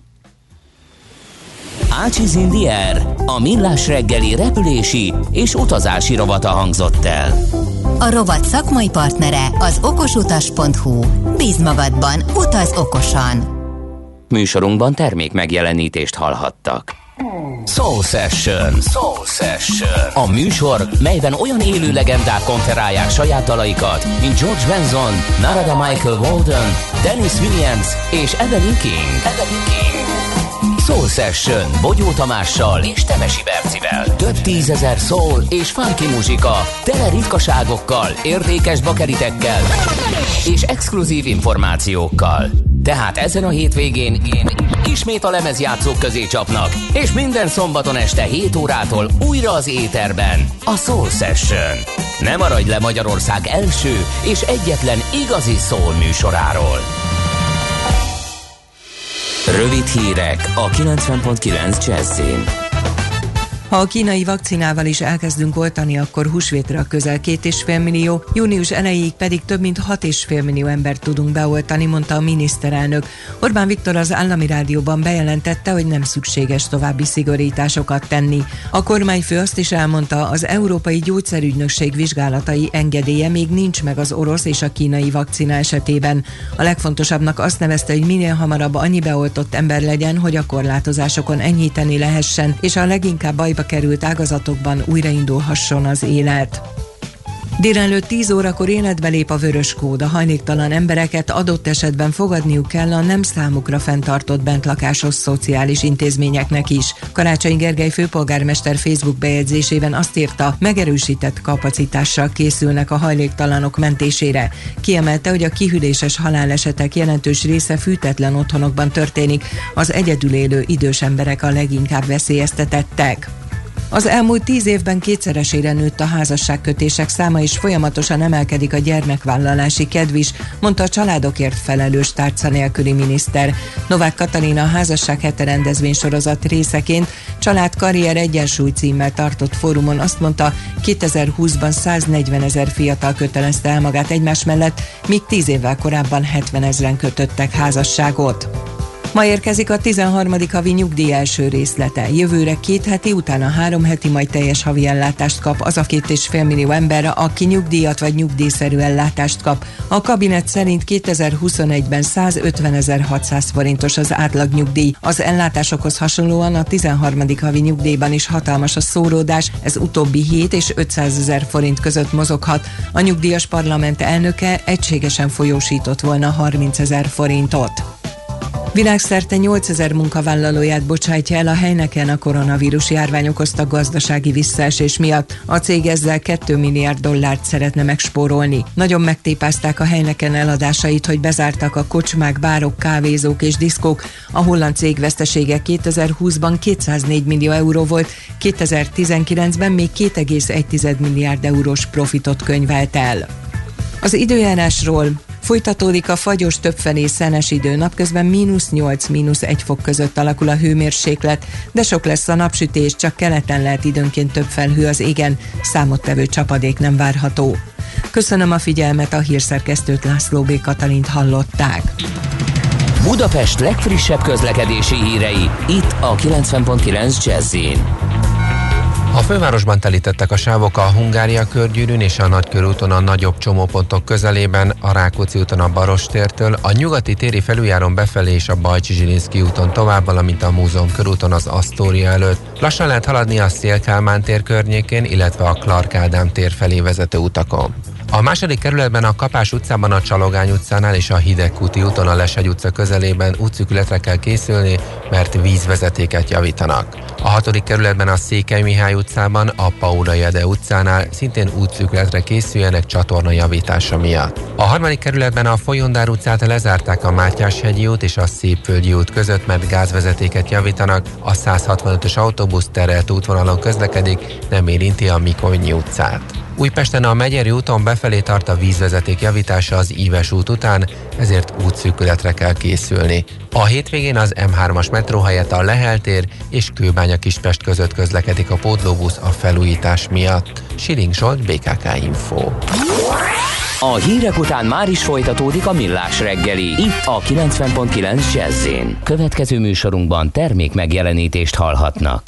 Ácsiz in the Air, a millás reggeli repülési és utazási rovata hangzott el. A rovat szakmai partnere az okosutas pont hu. Bízd magadban, utaz okosan! Műsorunkban termék megjelenítést hallhattak. Soul Session. Soul Session. A műsor, melyben olyan élő legendák konferálják saját dalaikat, mint George Benson, Narada Michael Walden, Dennis Williams és Evelyn King. Evelyn King. Soul Session Bogyó Tamással és Temesi Bercivel. Több tízezer soul és funky muzsika, tele ritkaságokkal, érdekes bakeritekkel és exkluzív információkkal. Tehát ezen a hétvégén én ismét a lemezjátszók közé csapnak, és minden szombaton este hét órától újra az éterben a Soul Session. Ne maradj le Magyarország első és egyetlen igazi soul műsoráról. Rövid hírek a kilencven pont kilenc Jazzin. Ha a kínai vakcinával is elkezdünk oltani, akkor húsvétra közel két és fél millió, június elejéig pedig több mint hat és fél millió embert tudunk beoltani, mondta a miniszterelnök. Orbán Viktor az állami rádióban bejelentette, hogy nem szükséges további szigorításokat tenni. A kormányfő azt is elmondta, az Európai Gyógyszerügynökség vizsgálatai engedélye még nincs meg az orosz és a kínai vakcina esetében. A legfontosabbnak azt nevezte, hogy minél hamarabb annyi beoltott ember legyen, hogy a korlátozásokon enyhíteni lehessen, és a leginkább bajba került ágazatokban újraindulhasson az élet. Délelőtt tíz órakor életbe lép a vörös kód. A hajléktalan embereket adott esetben fogadniuk kell a nem számukra fenntartott bentlakásos szociális intézményeknek is. Karácsony Gergely főpolgármester Facebook bejegyzésében azt írta, megerősített kapacitással készülnek a hajléktalanok mentésére. Kiemelte, hogy a kihűléses halálesetek jelentős része fűtetlen otthonokban történik, az egyedül élő idős emberek a leginkább veszélyeztetettek. Az elmúlt tíz évben kétszeresére nőtt a házasságkötések száma, és folyamatosan emelkedik a gyermekvállalási kedv is, mondta a családokért felelős tárca nélküli miniszter. Novák Katalin a Házasság hete rendezvénysorozat részeként Család Karrier Egyensúly címmel tartott fórumon azt mondta, kétezer-húszban száznegyvenezer fiatal kötelezte el magát egymás mellett, míg tíz évvel korábban hetvenezren kötöttek házasságot. Ma érkezik a tizenharmadik havi nyugdíj első részlete. Jövőre két heti, utána három heti, majd teljes havi ellátást kap az a két és fél millió ember, aki nyugdíjat vagy nyugdíjszerű ellátást kap. A kabinet szerint kétezer-huszonegyben százötvenezer-hatszáz forintos az átlagnyugdíj. Az ellátásokhoz hasonlóan a tizenharmadik havi nyugdíjban is hatalmas a szóródás, ez utóbbi hét és ötszázezer forint között mozoghat. A nyugdíjas parlament elnöke egységesen folyósított volna harmincezer forintot. Világszerte nyolcezer munkavállalóját bocsájtja el a Heineken a koronavírus járvány okozta gazdasági visszaesés miatt. A cég ezzel két milliárd dollárt szeretne megspórolni. Nagyon megtépázták a Heineken eladásait, hogy bezártak a kocsmák, bárok, kávézók és diszkók. A holland cég vesztesége kétezer-húszban kétszáznégy millió euró volt, kétezer-tizenkilencben még két egész egy milliárd eurós profitot könyvelt el. Az időjárásról: folytatódik a fagyos, többfelé szenes idő, napközben mínusz nyolc mínusz egy fok között alakul a hőmérséklet, de sok lesz a napsütés, csak keleten lehet időnként több felhő az égen, számottevő csapadék nem várható. Köszönöm a figyelmet, a hírszerkesztőt, László B. Katalint hallották. Budapest legfrissebb közlekedési hírei, itt a kilencven pont kilenc Jazz-in. A fővárosban telítettek a sávok a Hungária körgyűrűn és a Nagykörúton a nagyobb csomópontok közelében, a Rákóczi úton a Barostértől, a Nyugati téri felüljáron befelé és a Bajcsy-Zsilinszky úton tovább, valamint a Múzeum körúton az Asztória előtt. Lassan lehet haladni a Széll-Kálmán tér környékén, illetve a Clark Ádám tér felé vezető utakon. A második kerületben a Kapás utcában, a Csalogány utcánál és a Hidegkúti úton a Leshegy utca közelében útszűkületre kell készülni, mert vízvezetéket javítanak. A hatodik kerületben a Székely Mihály utcában, a Paula Jede utcánál szintén útszűkületre készüljenek csatorna javítása miatt. A harmadik kerületben a Folyondár utcát lezárták a Mátyás-hegyi út és a Szépvölgyi út között, mert gázvezetéket javítanak, a száz hatvanötös autóbusz terelt útvonalon közlekedik, nem érinti a Mikonyi utcát. Újpesten a Megyeri úton befelé tart a vízvezeték javítása az Íves út után, ezért útszűkületre kell készülni. A hétvégén az em hármas metró helyett a Lehel tér és Kőbánya-Kispest között közlekedik a pótlóbusz a felújítás miatt. Siling Zsolt, bé ká ká Info. A hírek után már is folytatódik a Millás reggeli, itt a kilencven pont kilenc Jazz-in. Következő műsorunkban termék megjelenítést hallhatnak.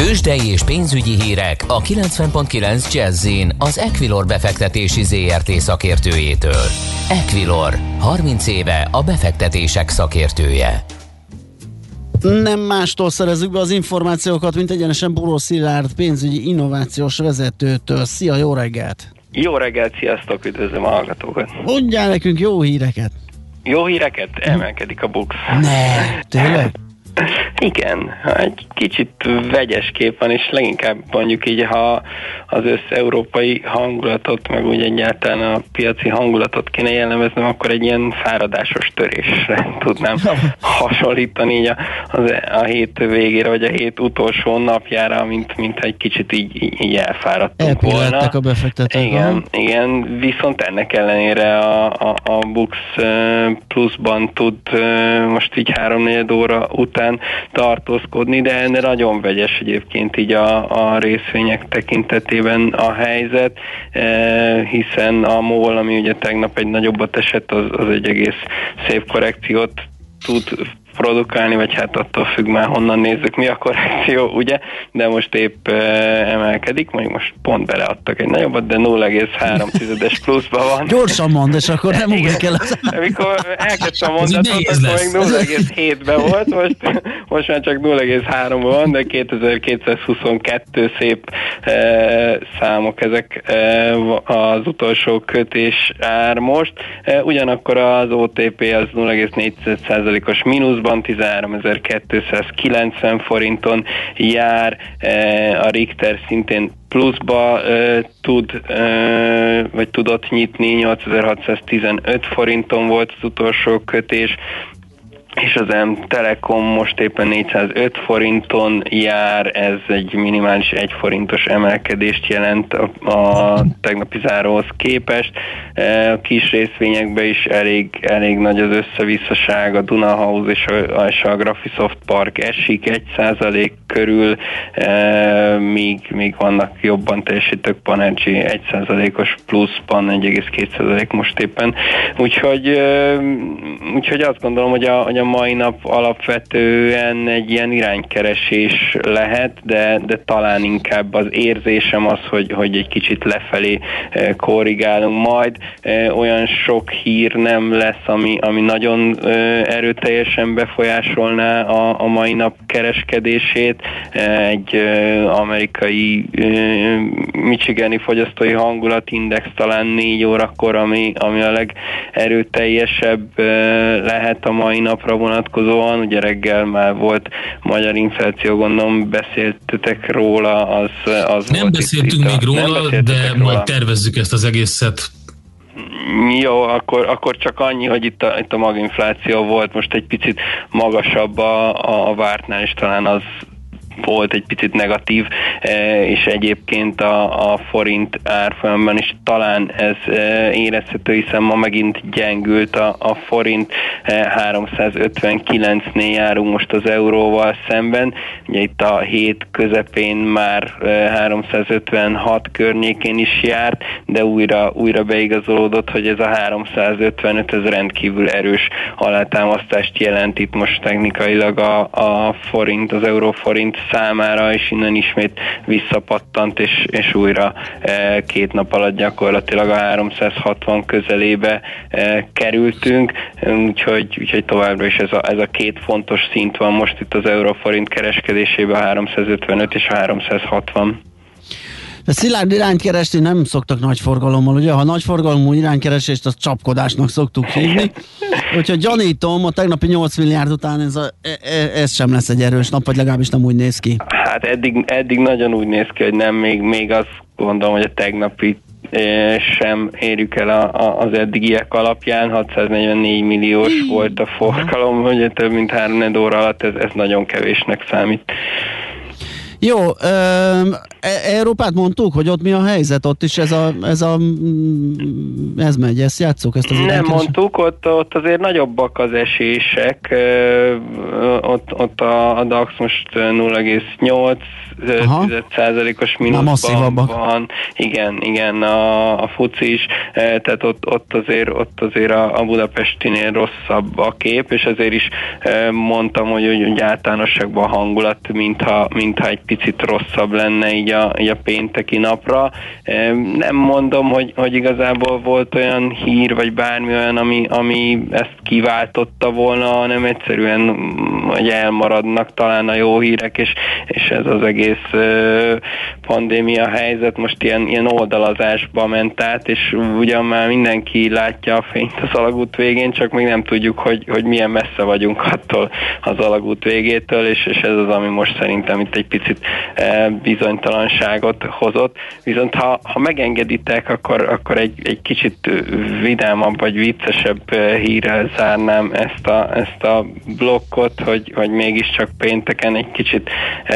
Tőzsdei és pénzügyi hírek a kilencven pont kilenc Jazz-in az Equilor befektetési zé er té szakértőjétől. Equilor, harminc éve a befektetések szakértője. Nem mástól szerezzük be az információkat, mint egyenesen Buró Szilárd pénzügyi innovációs vezetőtől. Szia, jó reggelt! Jó reggelt, sziasztok, üdvözlöm a hallgatókat! Mondjál nekünk jó híreket! Jó híreket? Emelkedik a BUX. Ne, tényleg? Igen, egy kicsit vegyes kép van, és leginkább mondjuk így, ha az összeurópai hangulatot, meg úgy egyáltalán a piaci hangulatot kéne jellemeznem, akkor egy ilyen fáradásos törésre tudnám hasonlítani így a, az, a hét végére, vagy a hét utolsó napjára, mint, mint egy kicsit így, így, így elfáradtunk volna. A befektetők. Igen, igen, viszont ennek ellenére a, a, a BUX pluszban tud most így háromnegyed óra után tartózkodni, de nagyon vegyes egyébként így a, a részvények tekintetében a helyzet, hiszen a MOL, ami ugye tegnap egy nagyobbat esett, az, az egy egész szép korrekciót tud produkálni, vagy hát attól függ már honnan nézzük, mi a korrekció, ugye, de most épp uh, emelkedik, mondjuk most pont beleadtak egy nagyobbat, de nulla egész három tizedes pluszban van. Gyorsan mondd, és akkor nem ugrik el az... Amikor elkezdtem a mondatot, akkor még nulla egész hétben volt, most, most már csak nulla egész háromban van, de kétezer-kétszázhuszonkettő szép uh, számok ezek uh, az utolsó kötés ár most. Uh, ugyanakkor az o té pé az nulla egész négy százalékos mínuszban, tizenháromezer-kétszázkilencven forinton jár, a Richter szintén pluszba uh, tud, uh, vagy tudott nyitni, nyolcezer-hatszáztizenöt forinton volt az utolsó kötés, és az M-Telekom most éppen négyszázöt forinton jár, ez egy minimális egy forintos emelkedést jelent a, a tegnapi záróhoz képest. A kis részvényekben is elég, elég nagy az összevisszaság, a Duna House és a, és a Graphisoft Park esik egy százalék körül, míg, míg vannak jobban teljesítők, Panergy egy százalékos pluszban, egy egész két százalék most éppen. Úgyhogy, úgyhogy azt gondolom, hogy a, hogy a mai nap alapvetően egy ilyen iránykeresés lehet, de, de talán inkább az érzésem az, hogy, hogy egy kicsit lefelé korrigálunk majd. Olyan sok hír nem lesz, ami, ami nagyon erőteljesen befolyásolná a, a mai nap kereskedését. Egy amerikai michigani fogyasztói hangulatindex talán négy órakor, ami, ami a legerőteljesebb lehet a mai napra vonatkozóan. Ugye reggel már volt magyar infláció, gondolom beszéltetek róla. Az, az nem beszéltünk még róla, de róla. Majd tervezzük ezt az egészet. Jó, akkor, akkor csak annyi, hogy itt a, itt a maginfláció volt most egy picit magasabb a, a vártnál, és talán az volt egy picit negatív, és egyébként a, a forint árfolyamban is talán ez érezhető, hiszen ma megint gyengült a, a forint, háromszázötvenkilencnél járunk most az euróval szemben, ugye itt a hét közepén már háromszázötvenhat környékén is járt, de újra, újra beigazolódott, hogy ez a háromszázötvenöt, ez rendkívül erős alátámasztást jelent itt most technikailag a, a forint, az euróforint számára, és innen ismét visszapattant, és, és újra e, két nap alatt gyakorlatilag a háromszázhatvan közelébe e, kerültünk, úgyhogy, úgyhogy továbbra is ez a, ez a két fontos szint van most itt az euróforint kereskedésében, a háromszázötvenöt és a háromszázhatvan. De szilárd irányt keresni nem szoktak nagy forgalommal, ugye? Ha nagy forgalomú iránykeresést, azt csapkodásnak szoktuk hívni. Úgyhogy gyanítom, a tegnapi nyolc milliárd után ez, a, ez sem lesz egy erős nap, vagy legalábbis nem úgy néz ki. Hát eddig, eddig nagyon úgy néz ki, hogy nem, még, még azt gondolom, hogy a tegnapi sem érjük el a, a, az eddigiek alapján, hatszáznegyvennégy milliós volt a forgalom, hogy több mint három óra alatt ez, ez nagyon kevésnek számít. Jó, Európát mondtuk, hogy ott mi a helyzet, ott is ez a, ez a ez megy, ezt játsszuk, ezt az nem mondtuk, ott, ott azért nagyobbak az esések, ott, ott a, a DAX most nulla egész nyolc százalékos mínuszban van, igen, igen, a, a fuci is, tehát ott, ott azért, ott azért a, a budapestinél rosszabb a kép, és azért is mondtam, hogy, hogy általánosságban a hangulat, mintha, mintha egy picit rosszabb lenne így a, így a pénteki napra. Nem mondom, hogy, hogy igazából volt olyan hír, vagy bármi olyan, ami, ami ezt kiváltotta volna, hanem egyszerűen hogy elmaradnak talán a jó hírek, és, és ez az egész pandémia helyzet most ilyen, ilyen oldalazásba ment át, és ugyan már mindenki látja a fényt az alagút végén, csak még nem tudjuk, hogy, hogy milyen messze vagyunk attól az alagút végétől, és, és ez az, ami most szerintem itt egy picit bizonytalanságot hozott. Viszont ha, ha megengeditek, akkor, akkor egy, egy kicsit vidámabb vagy viccesebb hírrel zárnám ezt a, ezt a blokkot, hogy, hogy mégiscsak pénteken egy kicsit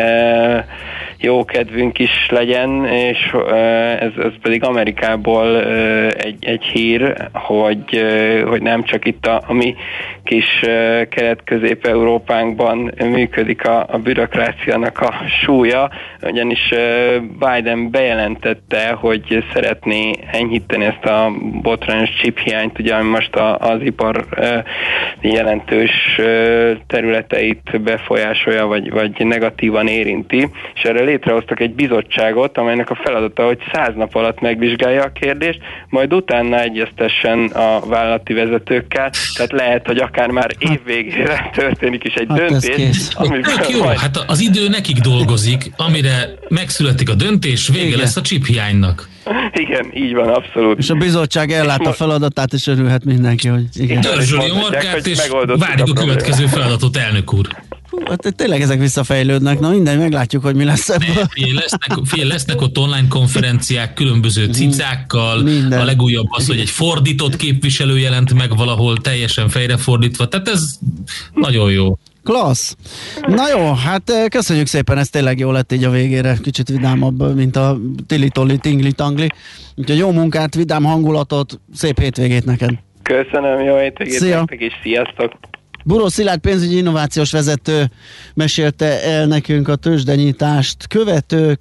e, jó kedvünk is legyen, és e, ez, ez pedig Amerikából e, egy, egy hír, hogy, e, hogy nem csak itt a, a mi kis e, kelet-közép-európánkban működik a, a bürokráciának a súlya, ugyanis e, Biden bejelentette, hogy szeretné enyhíteni ezt a botrányos chiphiányt, ugye, ami most a, az ipar e, jelentős e, területeit befolyásolja, vagy, vagy negatívan érinti, és erre létrehoztak egy bizottságot, amelynek a feladata, hogy száz nap alatt megvizsgálja a kérdést, majd utána egyeztessen a vállalati vezetőkkel, tehát lehet, hogy akár már év végére történik is egy hát döntés. Hát jó, majd... hát az idő nekik dolgozik, amire megszületik a döntés, vége igen. lesz a chiphiánynak. Igen, így van, abszolút. És a bizottság ellát a feladatát, és örülhet mindenki, hogy igen. Törzsöli a markát, és várjuk a, a következő feladatot, elnök úr. Hú, hát tényleg ezek visszafejlődnek, na minden, meglátjuk, hogy mi lesz ebből. Fél lesznek, fél lesznek ott online konferenciák különböző cicákkal, minden. A legújabb az, hogy egy fordított képviselő jelent meg valahol teljesen fejrefordítva, tehát ez nagyon jó. Klassz! Na jó, hát köszönjük szépen, ez tényleg jó lett így a végére, kicsit vidámabb, mint a tili-toli, tingli-tangli. Úgyhogy jó munkát, vidám hangulatot, szép hétvégét neked! Köszönöm, jó hétvégét nektek is, sziasztok! Buró Szilárd pénzügyi innovációs vezető mesélte el nekünk a tőzsdenyítást követő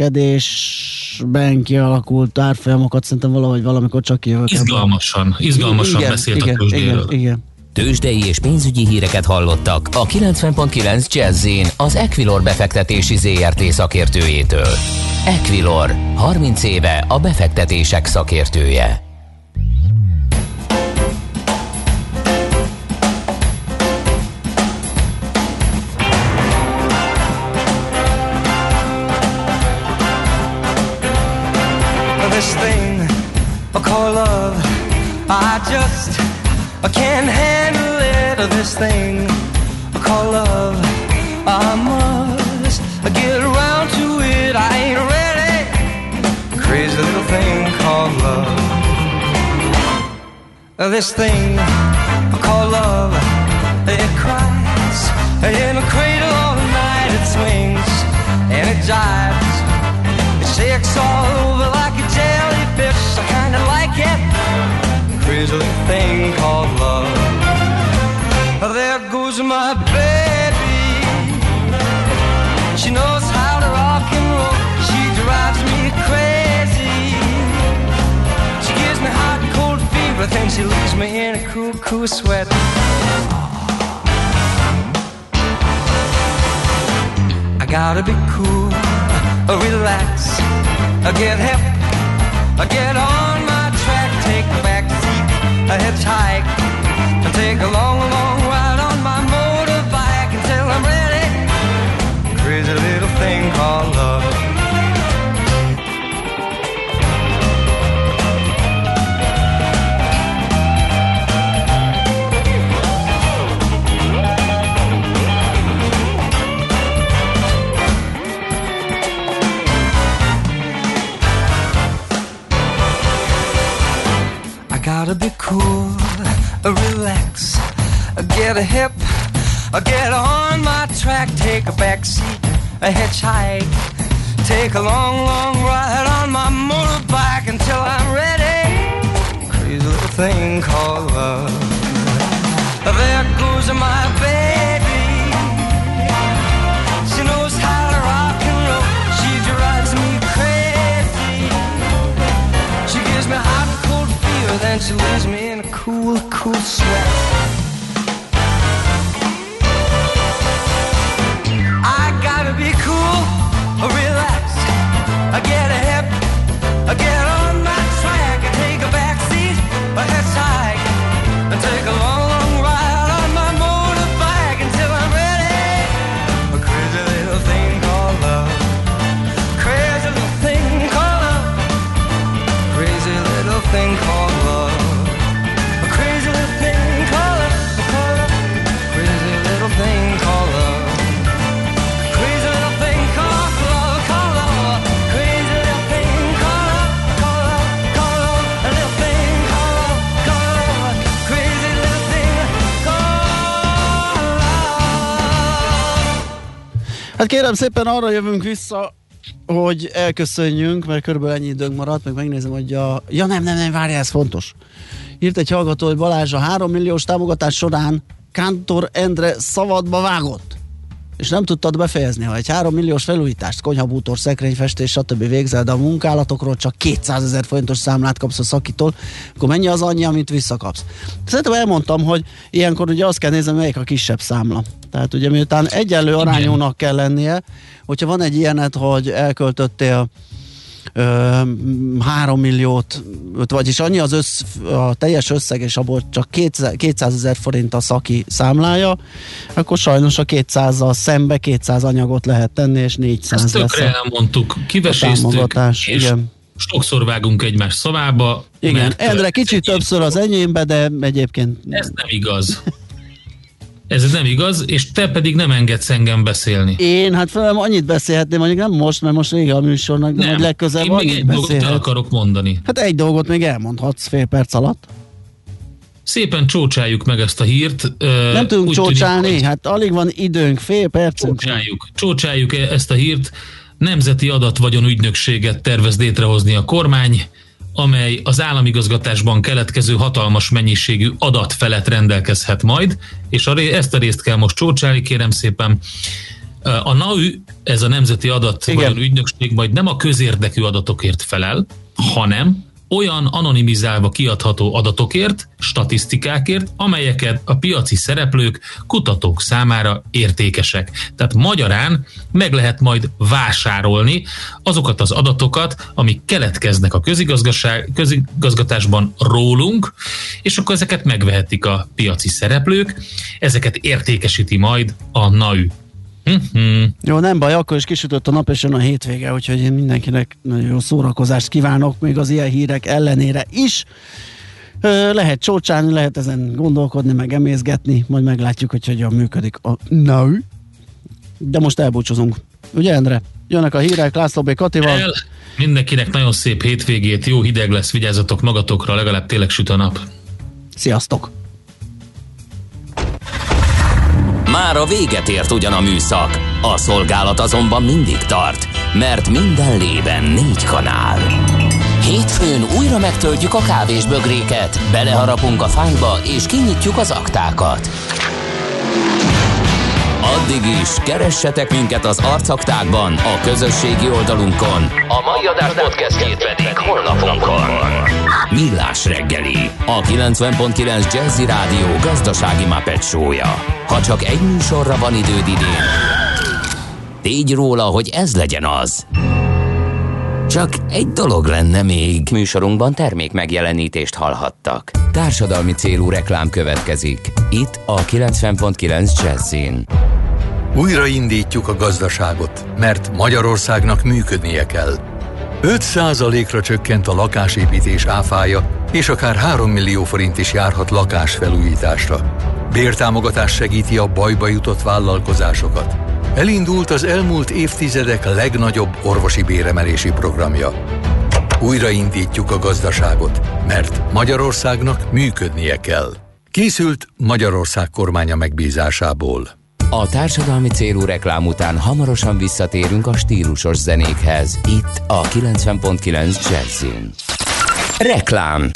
kereskedésben kialakult árfolyamokat, szerintem valahogy valamikor csak kijövök. Izgalmasan, izgalmasan igen, beszélt igen, a tőzsdéről. Igen, igen. Tőzsdei és pénzügyi híreket hallottak a kilencven pont kilenc Jazz-in az Equilor befektetési zé er té szakértőjétől. Equilor, harminc éve a befektetések szakértője. This thing I call love, I just I can't handle it. This thing I call love, I must get around to it. I ain't ready. Crazy little thing called love. This thing I call love, it cries in a cradle all night. It swings and it jives. It shakes all over like a jellyfish. I kinda like it. Crazy little thing called love. There goes my baby. She knows how to rock and roll. She drives me crazy. She gives me hot and cold fever, then she leaves me in a cool, cool sweat. I gotta be cool, relax, get hip, get on my track, take a back seat, a hitchhike, and take a long, long ride on my motorbike until I'm ready. Crazy little thing called love. Gotta be cool, relax, get a hip, get on my track, take a back seat, a hitchhike, take a long, long ride on my motorbike until I'm ready. Crazy little thing called love. There goes my baby. She knows how to rock and roll. She drives me crazy. She gives me hot and cold fever, then she leaves me in a cool, cool sweat. I gotta be cool, Hát kérem szépen, arra jövünk vissza, hogy elköszönjünk, mert körülbelül ennyi időnk maradt, meg megnézem, hogy a... Ja nem, nem, nem, várjál, ez fontos. Írt egy hallgató, hogy Balázs a három milliós támogatás során Kántor Endre szabadba vágott, és nem tudtad befejezni. Ha egy három milliós felújítást, konyhabútor, szekrényfestés, stb. Végzel, de a munkálatokról csak kétszázezer forintos számlát kapsz a szakitól, akkor mennyi az annyi, amit visszakapsz? Szerintem elmondtam, hogy ilyenkor ugye azt kell nézni, melyik a kisebb számla. Tehát ugye miután egyenlő arányúnak kell lennie, hogyha van egy ilyenet, hogy elköltöttél három milliót, vagyis annyi az össz, a teljes összeg, és abból csak kétszázezer forint a szaki számlája, akkor sajnos a kétszázzal szembe kétszáz anyagot lehet tenni, és négyszáz ezt lesz tökre elmondtuk, kiveséztük, és igen. Sokszor vágunk egymás szavába. Igen, Endre kicsit többször az enyémbe, de egyébként... Ez nem igaz. Ez nem igaz, és te pedig nem engedsz engem beszélni. Én, hát felem annyit beszélhetném, mondjuk nem most, mert most vége a műsornak, de majd legközelebb annyit beszélhet. Én még egy dolgot el akarok mondani. Hát egy dolgot még elmondhatsz fél perc alatt. Szépen csócsáljuk meg ezt a hírt. Nem tudunk csócsálni, tűnik, hát alig van időnk, fél percünk. Csócsáljuk, csócsáljuk ezt a hírt. Nemzeti Adatvagyon Ügynökséget tervez létrehozni a kormány, amely az államigazgatásban keletkező hatalmas mennyiségű adat felett rendelkezhet majd, és a, ezt a részt kell most csócsálni, kérem szépen. A en á u, ez a Nemzeti Adatvagyon Ügynökség majd nem a közérdekű adatokért felel, hanem olyan anonimizálva kiadható adatokért, statisztikákért, amelyeket a piaci szereplők, kutatók számára értékesek. Tehát magyarán meg lehet majd vásárolni azokat az adatokat, amik keletkeznek a közigazgatásban rólunk, és akkor ezeket megvehetik a piaci szereplők, ezeket értékesíti majd a en á u. Mm-hmm. Jó, nem baj, akkor is kisütött a nap, és jön a hétvége, úgyhogy én mindenkinek nagyon jó szórakozást kívánok, még az ilyen hírek ellenére is. Ö, lehet csócsálni, lehet ezen gondolkodni, meg emészgetni, majd meglátjuk, hogy hogyan működik a en á u. De most elbúcsúzunk. Ugye, Endre? Jönnek a hírek László B. Katival. El, mindenkinek nagyon szép hétvégét, jó hideg lesz, vigyázzatok magatokra, legalább tényleg süt a nap. Sziasztok! Már a véget ért ugyan a műszak, a szolgálat azonban mindig tart, mert minden lében négy kanál. Hétfőn újra megtöltjük a kávésbögréket, beleharapunk a fányba és kinyitjuk az aktákat. Addig is keressetek minket az arcaktákban, a közösségi oldalunkon, a mai adás podcastjét pedig honlapunkon. Millás reggeli, a kilencven pont kilenc Jazzy Rádió gazdasági Muppet show-ja. Ha csak egy műsorra van időd idén, tégy róla, hogy ez legyen az. Csak egy dolog lenne még. Műsorunkban termék megjelenítést hallhattak. Társadalmi célú reklám következik. Itt a kilencven pont kilenc Jazzyn. Újraindítjuk a gazdaságot, mert Magyarországnak működnie kell. öt százalékra csökkent a lakásépítés áfája, és akár három millió forint is járhat lakásfelújításra. Bértámogatás segíti a bajba jutott vállalkozásokat. Elindult az elmúlt évtizedek legnagyobb orvosi béremelési programja. Újraindítjuk a gazdaságot, mert Magyarországnak működnie kell. Készült Magyarország kormánya megbízásából. A társadalmi célú reklám után hamarosan visszatérünk a stílusos zenékhez. Itt a kilencven pont kilenc Jazzyn. Reklám.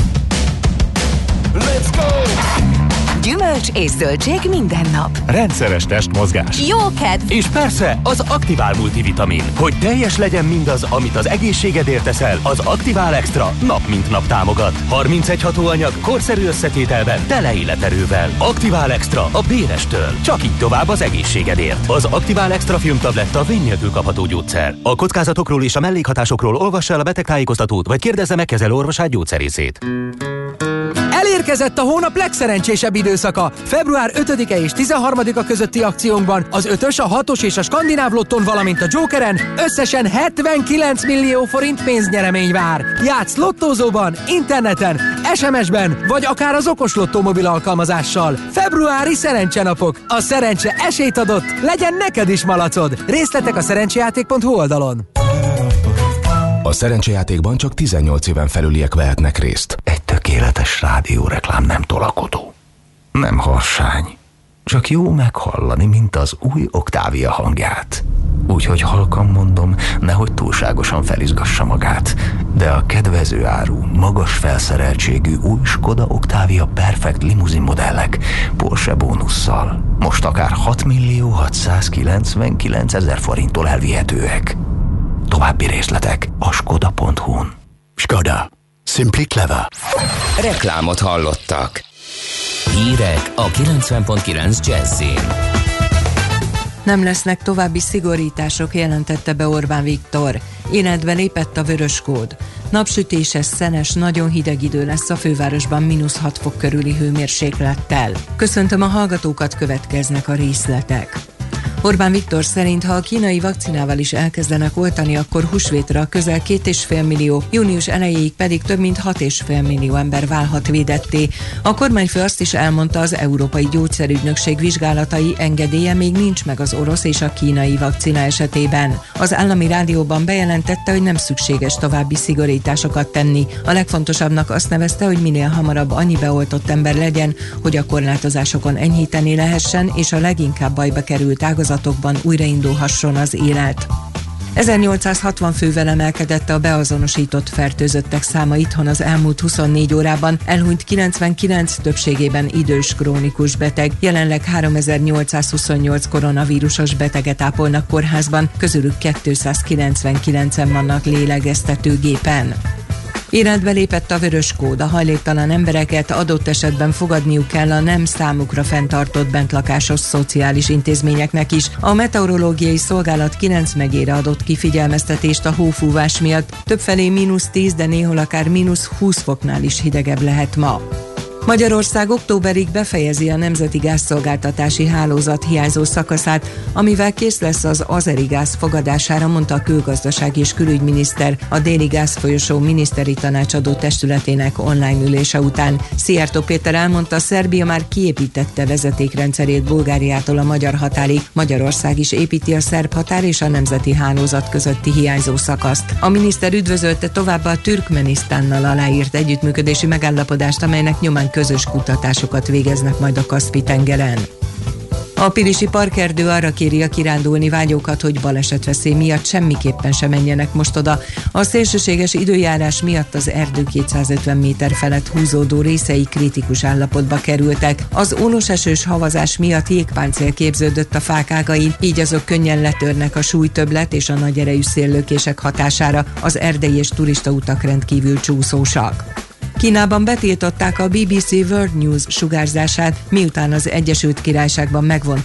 Let's go! Gyümölcs és zöldség minden nap. Rendszeres testmozgás. Jó kedv. És persze az Aktivál multivitamin. Hogy teljes legyen mindaz, amit az egészségedért teszel, az Aktivál Extra nap mint nap támogat. harmincegy hatóanyag, korszerű összetételben, tele életerővel. Aktivál Extra a Bérestől. Csak így tovább az egészségedért. Az Aktivál Extra filmtabletta vény nélkül kapható gyógyszer. A kockázatokról és a mellékhatásokról olvassa el a betegtájékoztatót, vagy kérdezze meg kezelő orvosát gyógyszerészét. Elérkezett a hónap legszerencsésebb időszaka. február ötödike és tizenharmadika közötti akciónkban az ötös, a hatos és a skandináv lotton, valamint a Jokeren összesen hetvenkilenc millió forint pénznyeremény vár. Játsz lottózóban, interneten, es em es-ben, vagy akár az okos lottó mobil alkalmazással. Februári szerencsenapok. A szerencse esélyt adott, legyen neked is malacod. Részletek a szerencsejáték pont hu oldalon. A szerencsejátékban csak tizennyolc éven felüliek vehetnek részt. Egy tökéletes rádióreklám nem tolakodó, nem harsány, csak jó meghallani, mint az új Octavia hangját. Úgyhogy halkan mondom, nehogy túlságosan felizgassa magát. De a kedvező áru, magas felszereltségű új Skoda Octavia Perfect limuzin modellek Porsche bónusszal most akár hat millió hatszázkilencvenkilencezer forinttól elvihetőek. További részletek a skoda pont hu-n. Skoda. Simply clever. Reklámot hallottak. Hírek a kilencven pont kilenc Jazzin. Nem lesznek további szigorítások, jelentette be Orbán Viktor. Életbe lépett a vörös kód. Napsütéses, szenes, nagyon hideg idő lesz a fővárosban mínusz hat fok körüli hőmérséklettel. Köszöntöm a hallgatókat, következnek a részletek. Orbán Viktor szerint, ha a kínai vakcinával is elkezdenek oltani, akkor húsvétra közel két és fél millió, június elejéig pedig több mint hat és fél millió ember válhat védetté. A kormányfő azt is elmondta, az Európai Gyógyszerügynökség vizsgálatai engedélye még nincs meg az orosz és a kínai vakcina esetében. Az állami rádióban bejelentette, hogy nem szükséges további szigorításokat tenni. A legfontosabbnak azt nevezte, hogy minél hamarabb annyi beoltott ember legyen, hogy a korlátozásokon enyhíteni lehessen, és a leginkább bajba került ágazatokban újraindulhasson az élet. ezernyolcszázhatvan fővel emelkedett a beazonosított fertőzöttek száma itthon az elmúlt huszonnégy órában, elhunyt kilencvenkilenc, többségében idős krónikus beteg. Jelenleg háromezer-nyolcszázhuszonnyolc koronavírusos beteget ápolnak kórházban, közülük kétszázkilencvenkilencen vannak lélegeztetőgépen. Életbe lépett a vörös kód, a hajléktalan embereket adott esetben fogadniuk kell a nem számukra fenntartott bentlakásos szociális intézményeknek is. A meteorológiai szolgálat kilenc megyére adott ki figyelmeztetést a hófúvás miatt. Többfelé mínusz tíz, de néhol akár mínusz húsz foknál is hidegebb lehet ma. Magyarország októberig befejezi a nemzeti gázszolgáltatási hálózat hiányzó szakaszát, amivel kész lesz az azeri gáz fogadására, mondta a külgazdasági és külügyminiszter a Déli Gázfolyosó miniszteri tanácsadó testületének online ülése után. Szijjártó Péter elmondta, Szerbia már kiépítette vezetékrendszerét Bulgáriától a magyar határig, Magyarország is építi a szerb határ és a nemzeti hálózat közötti hiányzó szakaszt. A miniszter üdvözölte továbbá a Türkmenisztánnal aláírt együttműködési megállapodást, amelynek nyomán közös kutatásokat végeznek majd a Kaszpi-tengeren. A pilisi parkerdő arra kéri a kirándulni vágyókat, hogy balesetveszély miatt semmiképpen sem menjenek most oda. A szélsőséges időjárás miatt az erdő kétszázötven méter felett húzódó részei kritikus állapotba kerültek. Az ónosesős havazás miatt jégpáncél képződött a fák ágain, így azok könnyen letörnek a súlytöbblet és a nagy erejű széllökések hatására. Az erdei és turistautak rendkívül csúszósak. Kínában betiltották a bé bé cé World News sugárzását, miután az Egyesült Királyságban megvont